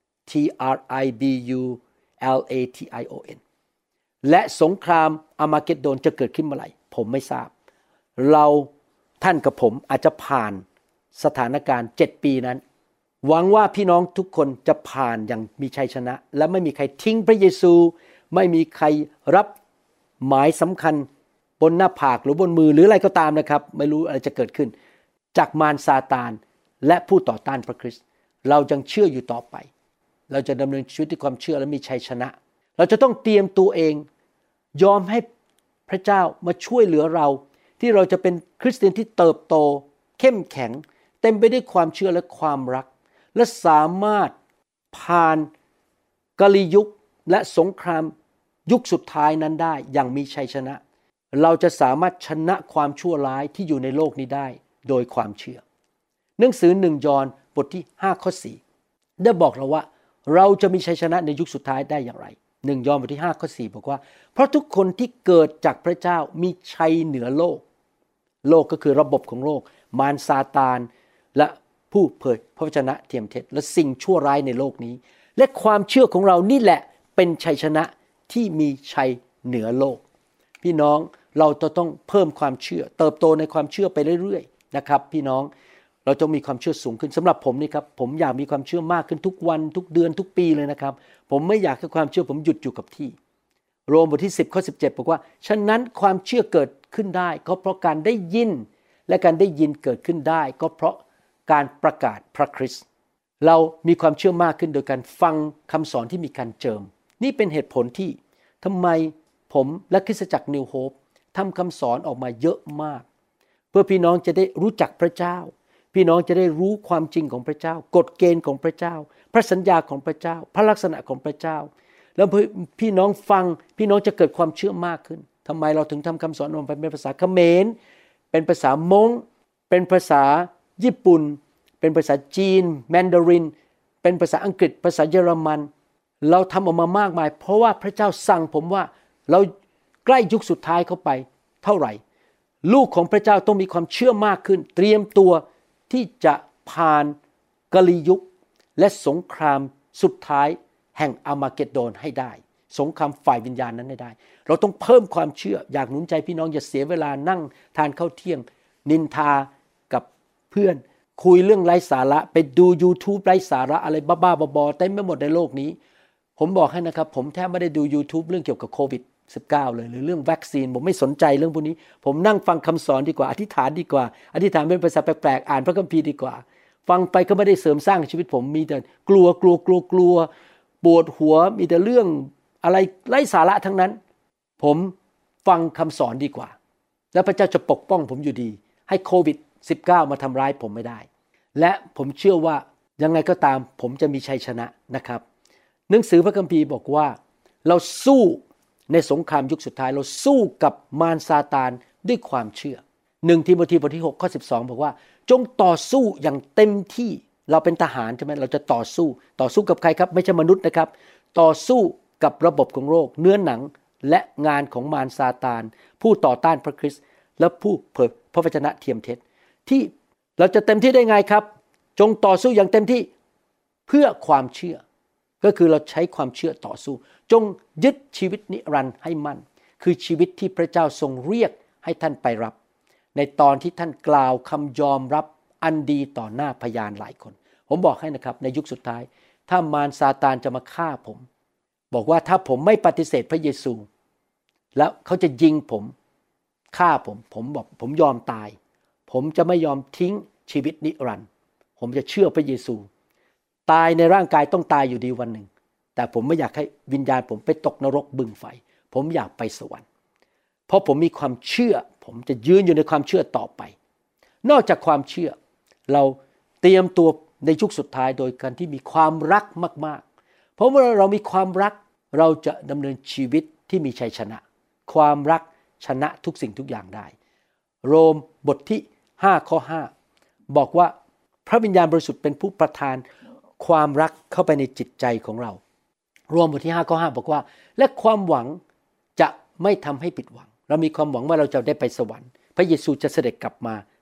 TRIBULATION และสงครามอาร์มาเกดโดนจะเกิดขึ้นเมื่อไหร่ผมไม่ทราบท่านกับผมอาจจะผ่านสถานการณ์7ปีนั้นหวังว่าพี่น้องทุกคนจะผ่านอย่างมีชัยชนะและไม่มีใครทิ้งพระเยซูไม่มีใครรับหมายสำคัญบนหน้าผากหรือบนมือหรืออะไรก็ตามนะครับไม่รู้อะไรจะเกิดขึ้นจากมารซาตานและผู้ต่อต้านพระคริสต์เรายังเชื่ออยู่ต่อไปเราจะดำเนินชีวิตด้วยความเชื่อและมีชัยชนะเราจะต้องเตรียมตัวเองยอมให้พระเจ้ามาช่วยเหลือเราที่เราจะเป็นคริสเตียนที่เติบโตเข้มแข็งเต็มไปด้วยความเชื่อและความรักและสามารถผ่านกาลียุคและสงครามยุคสุดท้ายนั้นได้อย่างมีชัยชนะเราจะสามารถชนะความชั่วร้ายที่อยู่ในโลกนี้ได้โดยความเชื่อหนังสือ1ยอห์นบทที่5ข้อ4ได้บอกเราว่าเราจะมีชัยชนะในยุคสุดท้ายได้อย่างไร1ยอห์นบทที่5ข้อ4บอกว่าเพราะทุกคนที่เกิดจากพระเจ้ามีชัยเหนือโลกก็คือระบบของโลกมารซาตานและผู้เผยพระวจนะเทียมเท็จและสิ่งชั่วร้ายในโลกนี้และความเชื่อของเรานี่แหละเป็นชัยชนะที่มีชัยเหนือโลกพี่น้องเราจะต้องเพิ่มความเชื่อเติบโตในความเชื่อไปเรื่อยๆนะครับพี่น้องเราต้องมีความเชื่อสูงขึ้นสำหรับผมนี่ครับผมอยากมีความเชื่อมากขึ้นทุกวันทุกเดือนทุกปีเลยนะครับผมไม่อยากให้ความเชื่อผมหยุดอยู่กับที่โรมบทที่10ข้อ17บอกว่าฉะนั้นความเชื่อเกิดขึ้นได้ก็เพราะการได้ยินและการได้ยินเกิดขึ้นได้ก็เพราะการประกาศพระคริสต์เรามีความเชื่อมากขึ้นโดยการฟังคำสอนที่มีการเจิมนี่เป็นเหตุผลที่ทำไมผมและคริสตจักร New Hope ทำคำสอนออกมาเยอะมากเพื่อพี่น้องจะได้รู้จักพระเจ้าพี่น้องจะได้รู้ความจริงของพระเจ้ากฎเกณฑ์ของพระเจ้าพระสัญญาของพระเจ้าพระลักษณะของพระเจ้าแล้วพี่น้องฟังพี่น้องจะเกิดความเชื่อมากขึ้นทำไมเราถึงทำคำสอนออกมาเป็นภาษาเขมรเป็นภาษามงเป็นภาษาญี่ปุ่นเป็นภาษาจีนแมนดารินเป็นภาษาอังกฤษภาษาเยอรมันเราทำออกมามากมายเพราะว่าพระเจ้าสั่งผมว่าเราใกล้ยุคสุดท้ายเข้าไปเท่าไหร่ลูกของพระเจ้าต้องมีความเชื่อมากขึ้นเตรียมตัวที่จะผ่านกาลียุคและสงครามสุดท้ายแห่งอาร์มาเกดโดนให้ได้สงครามฝ่ายวิญญาณนั้นให้ได้เราต้องเพิ่มความเชื่ออยากหนุนใจพี่น้องอย่าเสียเวลานั่งทานข้าวเที่ยงนินทากับเพื่อนคุยเรื่องไร้สาระไปดู YouTube ไร้สาระอะไรบ้าๆบอๆเต็มไปหมดในโลกนี้ผมบอกให้นะครับผมแทบไม่ได้ดู YouTube เรื่องเกี่ยวกับโควิด19เลยหรือเรื่องวัคซีนผมไม่สนใจเรื่องพวกนี้ผมนั่งฟังคำสอนดีกว่าอธิษฐานดีกว่าอธิษฐานเป็นภาษาแปลกๆอ่านพระคัมภีร์ดีกว่าฟังไปก็ไม่ได้เสริมสร้างชีวิตผมมีแต่กลัวปวดหัวมีแต่เรื่องอะไรไร้สาระทั้งนั้นผมฟังคำสอนดีกว่าแล้วพระเจ้าจะปกป้องผมอยู่ดีให้โควิด19มาทำร้ายผมไม่ได้และผมเชื่อว่ายังไงก็ตามผมจะมีชัยชนะนะครับหนังสือพระคัมภีร์บอกว่าเราสู้ในสงครามยุคสุดท้ายเราสู้กับมารซาตานด้วยความเชื่อ1ทิโมธีบทที่6ข้อ12บอกว่าจงต่อสู้อย่างเต็มที่เราเป็นทหารใช่ไหมเราจะต่อสู้กับใครครับไม่ใช่มนุษย์นะครับต่อสู้กับระบบของโลกเนื้อหนังและงานของมารซาตานผู้ต่อต้านพระคริสต์และผู้เผยพระวจนะเทียมเท็จที่เราจะเต็มที่ได้ไงครับจงต่อสู้อย่างเต็มที่เพื่อความเชื่อก็คือเราใช้ความเชื่อต่อสู้จงยึดชีวิตนิรันดร์ให้มั่นคือชีวิตที่พระเจ้าทรงเรียกให้ท่านไปรับในตอนที่ท่านกล่าวคำยอมรับอันดีต่อหน้าพยานหลายคนผมบอกให้นะครับในยุคสุดท้ายถ้ามารซาตานจะมาฆ่าผมบอกว่าถ้าผมไม่ปฏิเสธพระเยซูแล้วเขาจะยิงผมฆ่าผมบอกผมยอมตายผมจะไม่ยอมทิ้งชีวิตนิรันดร์ผมจะเชื่อพระเยซูตายในร่างกายต้องตายอยู่ดีวันหนึ่งแต่ผมไม่อยากให้วิญญาณผมไปตกนรกบึงไฟผมอยากไปสวรรค์เพราะผมมีความเชื่อผมจะยืนอยู่ในความเชื่อต่อไปนอกจากความเชื่อเราเตรียมตัวในยุคสุดท้ายโดยการที่มีความรักมากๆเพราะเมื่อเรามีความรักเราจะดำเนินชีวิตที่มีชัยชนะความรักชนะทุกสิ่งทุกอย่างได้โรมบทที่5ข้อ5บอกว่าพระวิญญาณบริสุทธิ์เป็นผู้ประทานความรักเข้าไปในจิตใจของเราโรมบทที่5ข้อ5บอกว่าและความหวังจะไม่ทำให้ผิดหวังเรามีความหวังว่าเราจะได้ไปสวรรค์พระเยซูจะเสด็จกลับมา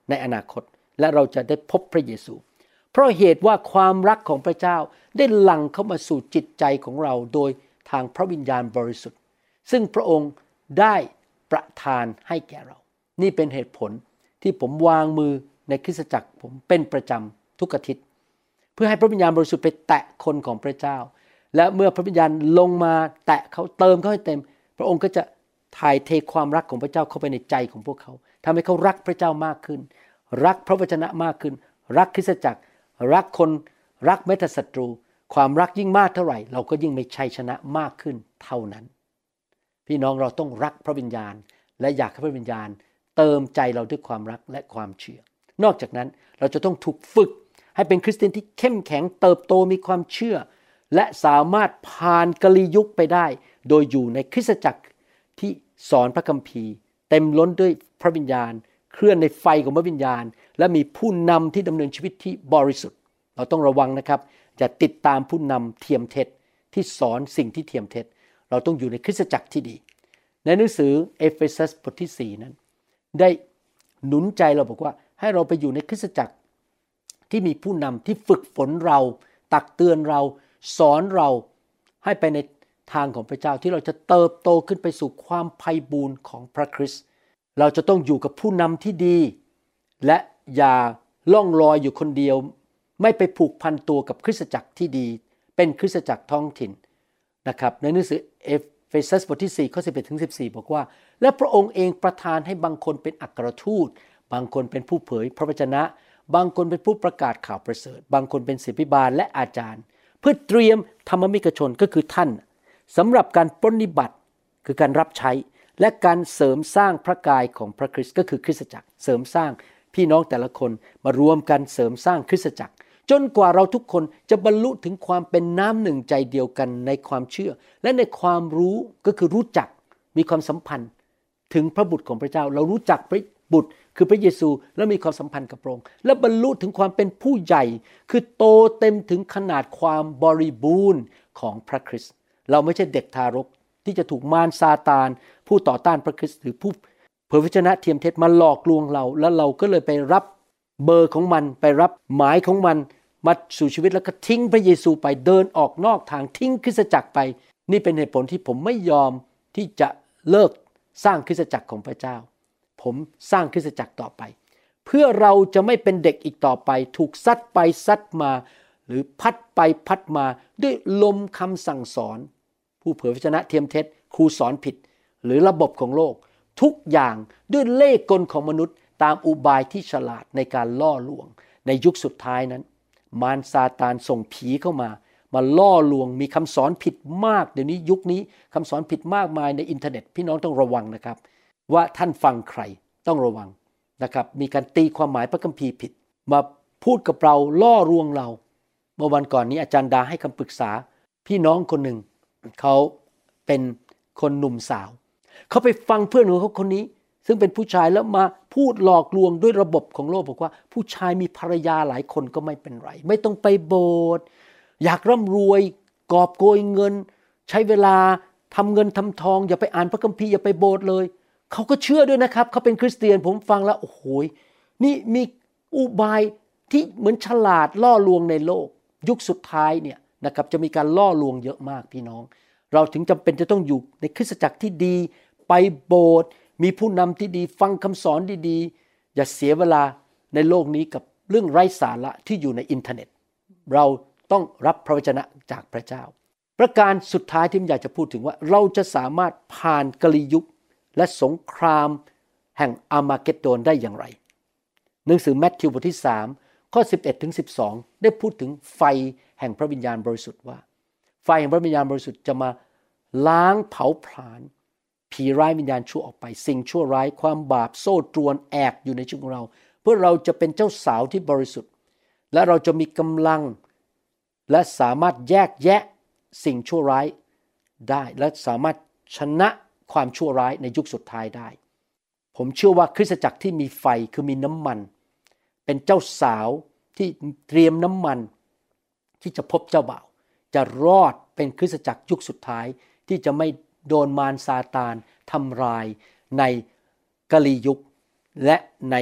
ในอนาคตและเราจะได้พบพระเยซูเพราะเหตุว่าความรักของพระเจ้าได้หลั่งเข้ามาสู่จิตใจของเราโดยทางพระวิญญาณบริสุทธิ์ซึ่งพระองค์ได้ประทานให้แก่เรานี่เป็นเหตุผลที่ผมวางมือในคริสตจักรผมเป็นประจำทุกอาทิตย์เพื่อให้พระวิญญาณบริสุทธิ์ไปแตะคนของพระเจ้าและเมื่อพระวิญญาณลงมาแตะเขาเติมเขาให้เต็มพระองค์ก็จะถ่ายเทความรักของพระเจ้าเข้าไปในใจของพวกเขาทำให้เขารักพระเจ้ามากขึ้นรักพระวจนะมากขึ้นรักคริสตจักรรักคนรักแม้แต่ศัตรูความรักยิ่งมากเท่าไหร่เราก็ยิ่งมีชัยชนะมากขึ้นเท่านั้นพี่น้องเราต้องรักพระวิญญาณและอยากให้พระวิญญาณเติมใจเราด้วยความรักและความเชื่อนอกจากนั้นเราจะต้องถูกฝึกให้เป็นคริสเตียนที่เข้มแข็งเติบโตมีความเชื่อและสามารถผ่านกลียุคไปได้โดยอยู่ในคริสตจักรที่สอนพระคัมภีร์เต็มล้นด้วยพระวิญญาณเคลื่อนในไฟของพระวิญญาณและมีผู้นำที่ดำเนินชีวิตที่บริสุทธิ์เราต้องระวังนะครับอย่าติดตามผู้นำเทียมเท็จที่สอนสิ่งที่เทียมเท็จเราต้องอยู่ในคริสตจักรที่ดีในหนังสือเอเฟซัสบทที่4นั้นได้หนุนใจเราบอกว่าให้เราไปอยู่ในคริสตจักรที่มีผู้นำที่ฝึกฝนเราตักเตือนเราสอนเราให้ไปในทางของพระเจ้าที่เราจะเติบโตขึ้นไปสู่ความไพบูลย์ของพระคริสต์เราจะต้องอยู่กับผู้นำที่ดีและอย่าล่องลอยอยู่คนเดียวไม่ไปผูกพันตัวกับคริสตจักรที่ดีเป็นคริสตจักรท้องถิ่นนะครับในหนังสือเอเฟซัสบทที่4ข้อ11ถึง14บอกว่าและพระองค์เองประทานให้บางคนเป็นอัครทูตบางคนเป็นผู้เผยพระวจนะบางคนเป็นผู้ประกาศข่าวประเสริฐบางคนเป็นศิษย์บาลและอาจารย์เพื่อเตรียมธรรมมิกชนก็คือท่านสำหรับการปฏิบัติคือการรับใช้และการเสริมสร้างพระกายของพระคริสต์ก็คือคริสตจักรเสริมสร้างพี่น้องแต่ละคนมารวมกันเสริมสร้างคริสตจักรจนกว่าเราทุกคนจะบรรลุถึงความเป็นน้ำหนึ่งใจเดียวกันในความเชื่อและในความรู้ก็คือรู้จักมีความสัมพันธ์ถึงพระบุตรของพระเจ้าเรารู้จักพระบุตรคือพระเยซูและมีความสัมพันธ์กับพระองค์และบรรลุถึงความเป็นผู้ใหญ่คือโตเต็มถึงขนาดความบริบูรณ์ของพระคริสต์เราไม่ใช่เด็กทารกที่จะถูกมารซาตานผู้ต่อต้านพระคริสต์หรือผู้เผยพระวจนะเทียมเท็จมาหลอกลวงเราแล้วเราก็เลยไปรับเบอร์ของมันไปรับหมายของมันมาสู่ชีวิตแล้วก็ทิ้งพระเยซูไปเดินออกนอกทางทิ้งคริสตจักรไปนี่เป็นเหตุผลที่ผมไม่ยอมที่จะเลิกสร้างคริสตจักรของพระเจ้าผมสร้างคริสตจักรต่อไปเพื่อเราจะไม่เป็นเด็กอีกต่อไปถูกซัดไปซัดมาหรือพัดไปพัดมาด้วยลมคำสั่งสอนผู้เผยพระวจนะเทียมเท็จครูสอนผิดหรือระบบของโลกทุกอย่างด้วยเล่ห์กลของมนุษย์ตามอุบายที่ฉลาดในการล่อลวงในยุคสุดท้ายนั้นมารซาตานส่งผีเข้ามาล่อลวงมีคำสอนผิดมากเดี๋ยวนี้ยุคนี้คำสอนผิดมากมายในอินเทอร์เน็ตพี่น้องต้องระวังนะครับว่าท่านฟังใครต้องระวังนะครับมีการตีความหมายพระคัมภีร์ผิดมาพูดกับเราล่อลวงเราเมื่อวันก่อนนี้อาจารย์ดาให้คำปรึกษาพี่น้องคนหนึ่งเขาเป็นคนหนุ่มสาวเขาไปฟังเพื่อนของเขาคนนี้ซึ่งเป็นผู้ชายแล้วมาพูดหลอกลวงด้วยระบบของโลกบอกว่าผู้ชายมีภรรยาหลายคนก็ไม่เป็นไรไม่ต้องไปโบสถ์อยากร่ำรวยกอบโกยเงินใช้เวลาทำเงินทำทองอย่าไปอ่านพระคัมภีร์อย่าไปโบสถ์เลยเขาก็เชื่อด้วยนะครับเขาเป็นคริสเตียนผมฟังแล้วโอ้โหนี่มีอุบายที่เหมือนฉลาดล่อลวงในโลกยุคสุดท้ายเนี่ยนะครับจะมีการล่อลวงเยอะมากพี่น้องเราถึงจำเป็นจะต้องอยู่ในคริสตจักรที่ดีไปโบสถ์มีผู้นำที่ดีฟังคำสอนดีๆอย่าเสียเวลาในโลกนี้กับเรื่องไร้สาระที่อยู่ในอินเทอร์เน็ตเราต้องรับพระวจนะจากพระเจ้าประการสุดท้ายที่ผมอยากจะพูดถึงว่าเราจะสามารถผ่านกลียุคและสงครามแห่งอาร์มาเกดโดนได้อย่างไรหนังสือแมทธิวบทที่3ข้อ11ถึง12ได้พูดถึงไฟแห่งพระวิญญาณบริสุทธิ์ว่าไฟแห่งพระวิญญาณบริสุทธิ์จะมาล้างเผาผลาญผีร้ายวิญญาณชั่วออกไปสิ่งชั่วร้ายความบาปโซ่ตรวนแอกอยู่ในชีวิตของเราเพื่อเราจะเป็นเจ้าสาวที่บริสุทธิ์และเราจะมีกำลังและสามารถแยกแยะสิ่งชั่วร้ายได้และสามารถชนะความชั่วร้ายในยุคสุดท้ายได้ผมเชื่อว่าคริสตจักรที่มีไฟคือมีน้ำมันเป็นเจ้าสาวที่เตรียมน้ำมันที่จะพบเจ้าบ่าวจะรอดเป็นคริสตจักรยุคสุดท้ายที่จะไม่โดนมารซาตานทำลายในกลียุคและใน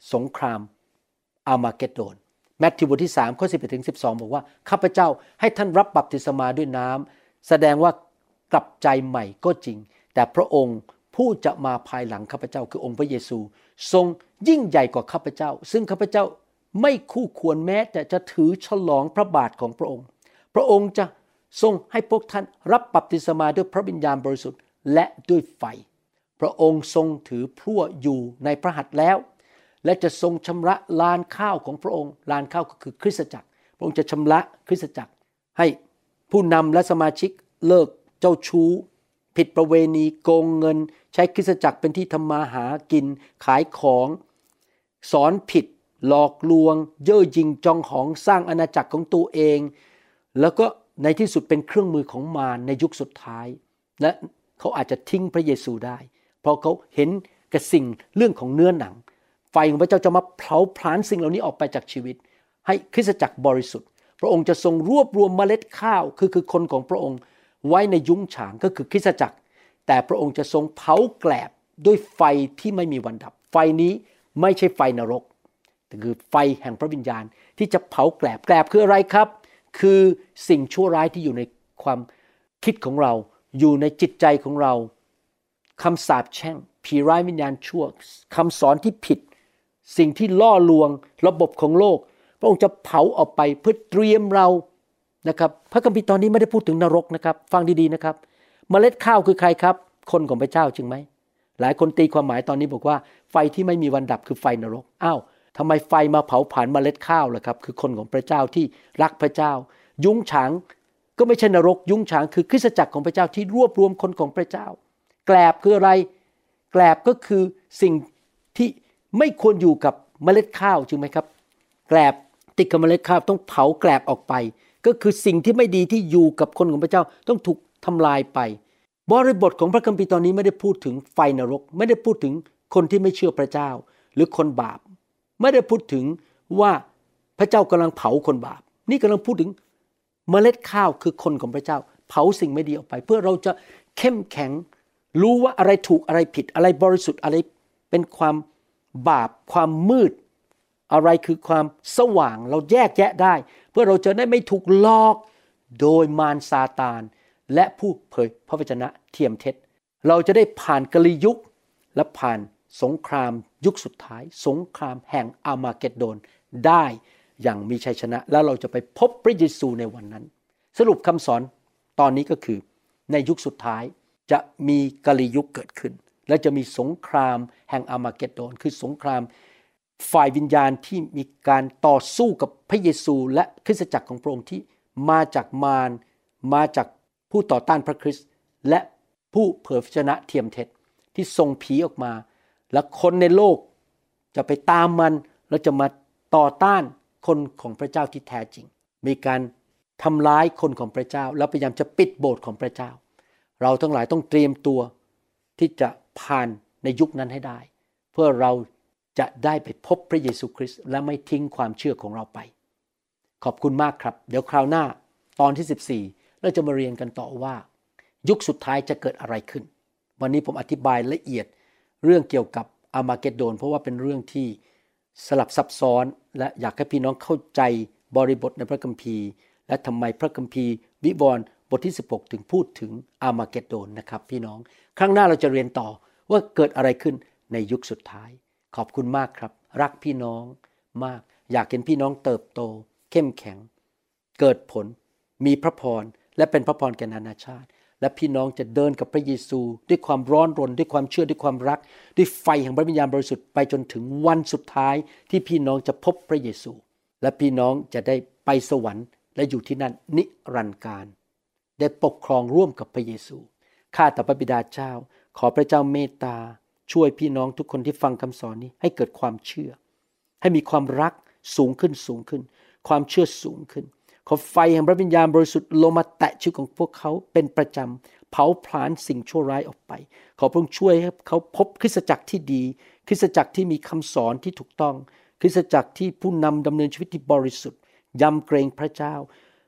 สงครามอาร์มาเกดโดนแมทธิวบทที่3ข้อ11ถึง12บอกว่าข้าพเจ้าให้ท่านรับบัพติศมาด้วยน้ำแสดงว่ากลับใจใหม่ก็จริงแต่พระองค์ผู้จะมาภายหลังข้าพเจ้าคือองค์พระเยซูทรงยิ่งใหญ่กว่าข้าพเจ้าซึ่งข้าพเจ้าไม่คู่ควรแม้แต่จะถือฉลองพระบาทของพระองค์พระองค์จะทรงให้พวกท่านรับบัพติศมาด้วยพระวิญญาณบริสุทธิ์และด้วยไฟพระองค์ทรงถือพลั่วอยู่ในพระหัตถ์แล้วและจะทรงชำระลานข้าวของพระองค์ลานข้าวก็คือคริสตจักรพระองค์จะชำระคริสตจักรให้ผู้นำและสมาชิกเลิกเจ้าชู้ผิดประเวณีโกงเงินใช้คริสตจักรเป็นที่ทำมาหากินขายของสอนผิดหลอกลวงเย่อหยิ่งจองหองสร้างอาณาจักรของตัวเองแล้วก็ในที่สุดเป็นเครื่องมือของมารในยุคสุดท้ายและเขาอาจจะทิ้งพระเยซูได้เพราะเขาเห็นกับสิ่งเรื่องของเนื้อหนังไฟของพระเจ้าจะมาเผาผลาญสิ่งเหล่านี้ออกไปจากชีวิตให้คริสตจักรบริสุทธิ์พระองค์จะทรงรวบรวมเมล็ดข้าวคือคนของพระองค์ไว้ในยุ้งฉางก็คือคริสตจักรแต่พระองค์จะทรงเผาแกลบด้วยไฟที่ไม่มีวันดับไฟนี้ไม่ใช่ไฟนรกแต่คือไฟแห่งพระวิญญาณที่จะเผาแกลบคืออะไรครับคือสิ่งชั่วร้ายที่อยู่ในความคิดของเราอยู่ในจิตใจของเราคำสาปแช่งผีร้ายวิญญาณชั่วคำสอนที่ผิดสิ่งที่ล่อลวงระบบของโลกพระองค์จะเผาออกไปเพื่อเตรียมเรานะครับพระคัมภีร์ตอนนี้ไม่ได้พูดถึงนรกนะครับฟังดีๆนะครับเมล็ดข้าวคือใครครับคนของพระเจ้าจริงไหมหลายคนตีความหมายตอนนี้บอกว่าไฟที่ไม่มีวันดับคือไฟนรกอ้าวทำไมไฟมาเผาผลาญเมล็ดข้าวล่ะครับคือคนของพระเจ้าที่รักพระเจ้ายุ้งฉางก็ไม่ใช่นรกยุ้งฉางคือคริสตจักรของพระเจ้าที่รวบรวมคนของพระเจ้าแกลบคืออะไรแกลบก็คือสิ่งที่ไม่ควรอยู่กับเมล็ดข้าวจริงไหมครับแกลบติดกับเมล็ดข้าวต้องเผาแกลบออกไปก็คือสิ่งที่ไม่ดีที่อยู่กับคนของพระเจ้าต้องถูกทำลายไปบริบทของพระคัมภีร์ตอนนี้ไม่ได้พูดถึงไฟนรกไม่ได้พูดถึงคนที่ไม่เชื่อพระเจ้าหรือคนบาปไม่ได้พูดถึงว่าพระเจ้ากำลังเผาคนบาปนี่กำลังพูดถึงเมล็ดข้าวคือคนของพระเจ้าเผาสิ่งไม่ดีออกไปเพื่อเราจะเข้มแข็งรู้ว่าอะไรถูกอะไรผิดอะไรบริสุทธิ์อะไรเป็นความบาปความมืดอะไรคือความสว่างเราแยกแยะได้เพื่อเราจะได้ไม่ถูกหลอกโดยมารซาตานและผู้เผยพระวจนะเทียมเท็จเราจะได้ผ่านกลียุคและผ่านสงครามยุคสุดท้ายสงครามแห่งอาร์มาเกดโดนได้อย่างมีชัยชนะแล้วเราจะไปพบพระเยซูในวันนั้นสรุปคำสอนตอนนี้ก็คือในยุคสุดท้ายจะมีกลียุคเกิดขึ้นและจะมีสงครามแห่งอาร์มาเกดโดนคือสงครามฝ่ายวิญญาณที่มีการต่อสู้กับพระเยซูและคริสตจักรของพระองค์ที่มาจากมารมาจากผู้ต่อต้านพระคริสต์และผู้เผยพระวจนะเทียมเท็จที่ส่งผีออกมาและคนในโลกจะไปตามมันแล้วจะมาต่อต้านคนของพระเจ้าที่แท้จริงมีการทำร้ายคนของพระเจ้าแล้วพยายามจะปิดโบสถ์ของพระเจ้าเราทั้งหลายต้องเตรียมตัวที่จะผ่านในยุคนั้นให้ได้เพื่อเราจะได้ไปพบพระเยซูคริสต์และไม่ทิ้งความเชื่อของเราไปขอบคุณมากครับเดี๋ยวคราวหน้าตอนที่14เราจะมาเรียนกันต่อว่ายุคสุดท้ายจะเกิดอะไรขึ้นวันนี้ผมอธิบายละเอียดเรื่องเกี่ยวกับอาร์มาเกดโดนเพราะว่าเป็นเรื่องที่สลับซับซ้อนและอยากให้พี่น้องเข้าใจบริบทในพระคัมภีร์และทำไมพระคัมภีร์วิวรณ์บทที่16ถึงพูดถึงอาร์มาเกดโดนนะครับพี่น้องครั้งหน้าเราจะเรียนต่อว่าเกิดอะไรขึ้นในยุคสุดท้ายขอบคุณมากครับรักพี่น้องมากอยากเห็นพี่น้องเติบโตเข้มแข็งเกิดผลมีพระพรและเป็นพระพรแก่นานาชาติและพี่น้องจะเดินกับพระเยซูด้วยความร้อนรนด้วยความเชื่อด้วยความรักด้วยไฟแห่งพระวิญญาณบริสุทธิ์ไปจนถึงวันสุดท้ายที่พี่น้องจะพบพระเยซูและพี่น้องจะได้ไปสวรรค์และอยู่ที่นั่นนิรันดร์กาลได้ปกครองร่วมกับพระเยซูข้าแต่พระบิดาเจ้าขอพระเจ้าเมตตาช่วยพี่น้องทุกคนที่ฟังคำสอนนี้ให้เกิดความเชื่อให้มีความรักสูงขึ้นความเชื่อสูงขึ้นขอไฟแห่งพระวิญญาณบริสุทธิ์ลงมาแตะชีวิตของพวกเขาเป็นประจำเผาผลาญสิ่งชั่วร้ายออกไปขอพระองค์ช่วยให้เขาพบคริสตจักรที่ดีคริสตจักรที่มีคำสอนที่ถูกต้องคริสตจักรที่ผู้นำดำเนินชีวิตที่บริสุทธิ์ยำเกรงพระเจ้า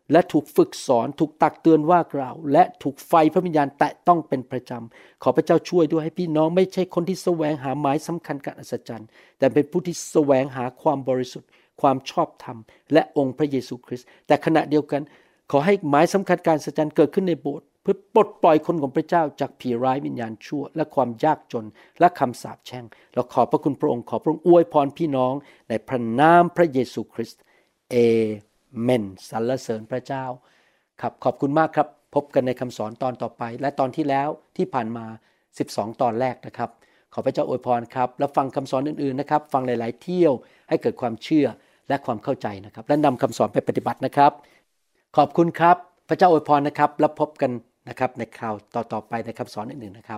และถูกฝึกสอนถูกตักเตือนว่ากล่าวและถูกไฟพระวิญญาณแตะต้องเป็นประจำขอพระเจ้าช่วยด้วยให้พี่น้องไม่ใช่คนที่แสวงหาหมายสำคัญการอัศจรรย์แต่เป็นผู้ที่แสวงหาความบริสุทธิ์ความชอบธรรมและองค์พระเยซูคริสต์แต่ขณะเดียวกันขอให้หมายสำคัญการอัศจรรย์เกิดขึ้นในโบสถ์เพื่อปลดปล่อยคนของพระเจ้าจากผีร้ายวิญญาณชั่วและความยากจนและคำสาปแช่งเราขอบพระคุณพระองค์ขอพระองค์อวยพรพี่น้องในพระนามพระเยซูคริสต์เอเมนสรรเสริญพระเจ้าครับขอบคุณมากครับพบกันในคำสอนตอนต่อไปและตอนที่แล้วที่ผ่านมา12ตอนแรกนะครับขอพระเจ้าอวยพรครับแล้วฟังคำสอนอื่นๆนะครับฟังหลายๆเที่ยวให้เกิดความเชื่อและความเข้าใจนะครับและนำคำสอนไปปฏิบัตินะครับขอบคุณครับพระเจ้าอวยพรนะครับแล้วพบกันนะครับในคราวต่อๆไปในคำสอนอื่นๆนะครับ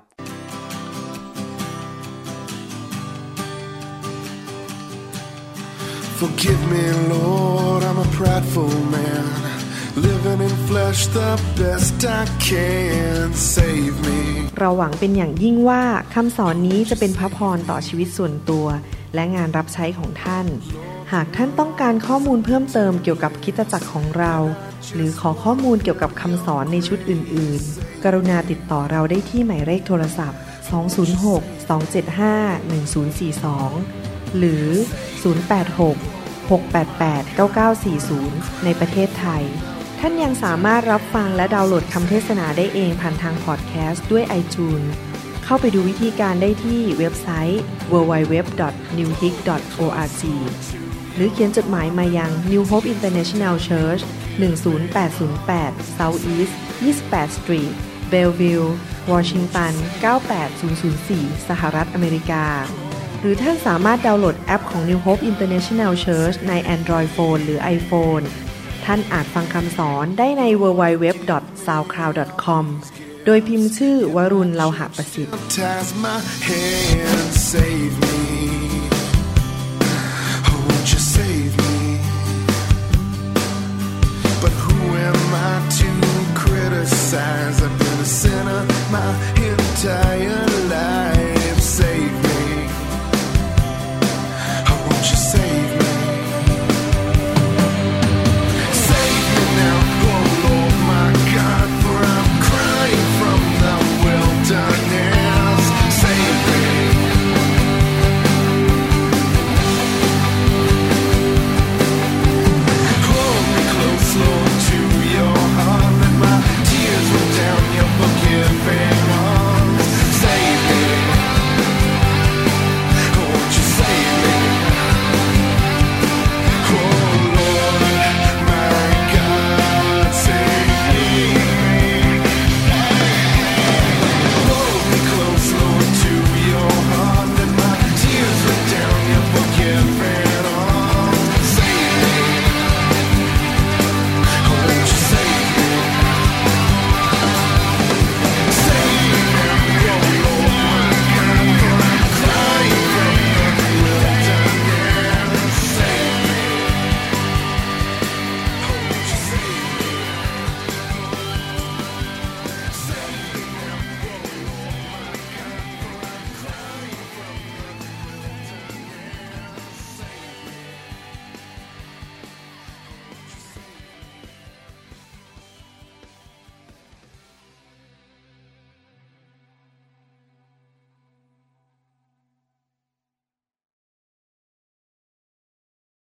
Forgive me, Lord, I'm a prideful man, living in flesh the best I can. Save me. เราหวังเป็นอย่างยิ่งว่าคำสอนนี้จะเป็นพระพรต่อชีวิตส่วนตัวและงานรับใช้ของท่านหากท่านต้องการข้อมูลเพิ่มเติมเกี่ยวกับคริสตจักรของเราหรือขอข้อมูลเกี่ยวกับคำสอนในชุดอื่นๆกรุณาติดต่อเราได้ที่หมายเลขโทรศัพท์206-275-1042หรือ086-688-9940ในประเทศไทยท่านยังสามารถรับฟังและดาวน์โหลดคำเทศนาได้เองผ่านทางพอดแคสต์ด้วย iTunes เข้าไปดูวิธีการได้ที่เว็บไซต์ www.newhope.org หรือเขียนจดหมายมายัง New Hope International Church 10808 South East 28 Street Bellevue Washington 98004 สหรัฐอเมริกาหรือท่านสามารถดาวน์โหลดแอปของ New Hope International Church ใน Android Phone หรือ iPhone ท่านอาจฟังคำสอนได้ใน www.soundcloud.com โดยพิมพ์ชื่อวรุณ เลาหะประสิทธิ์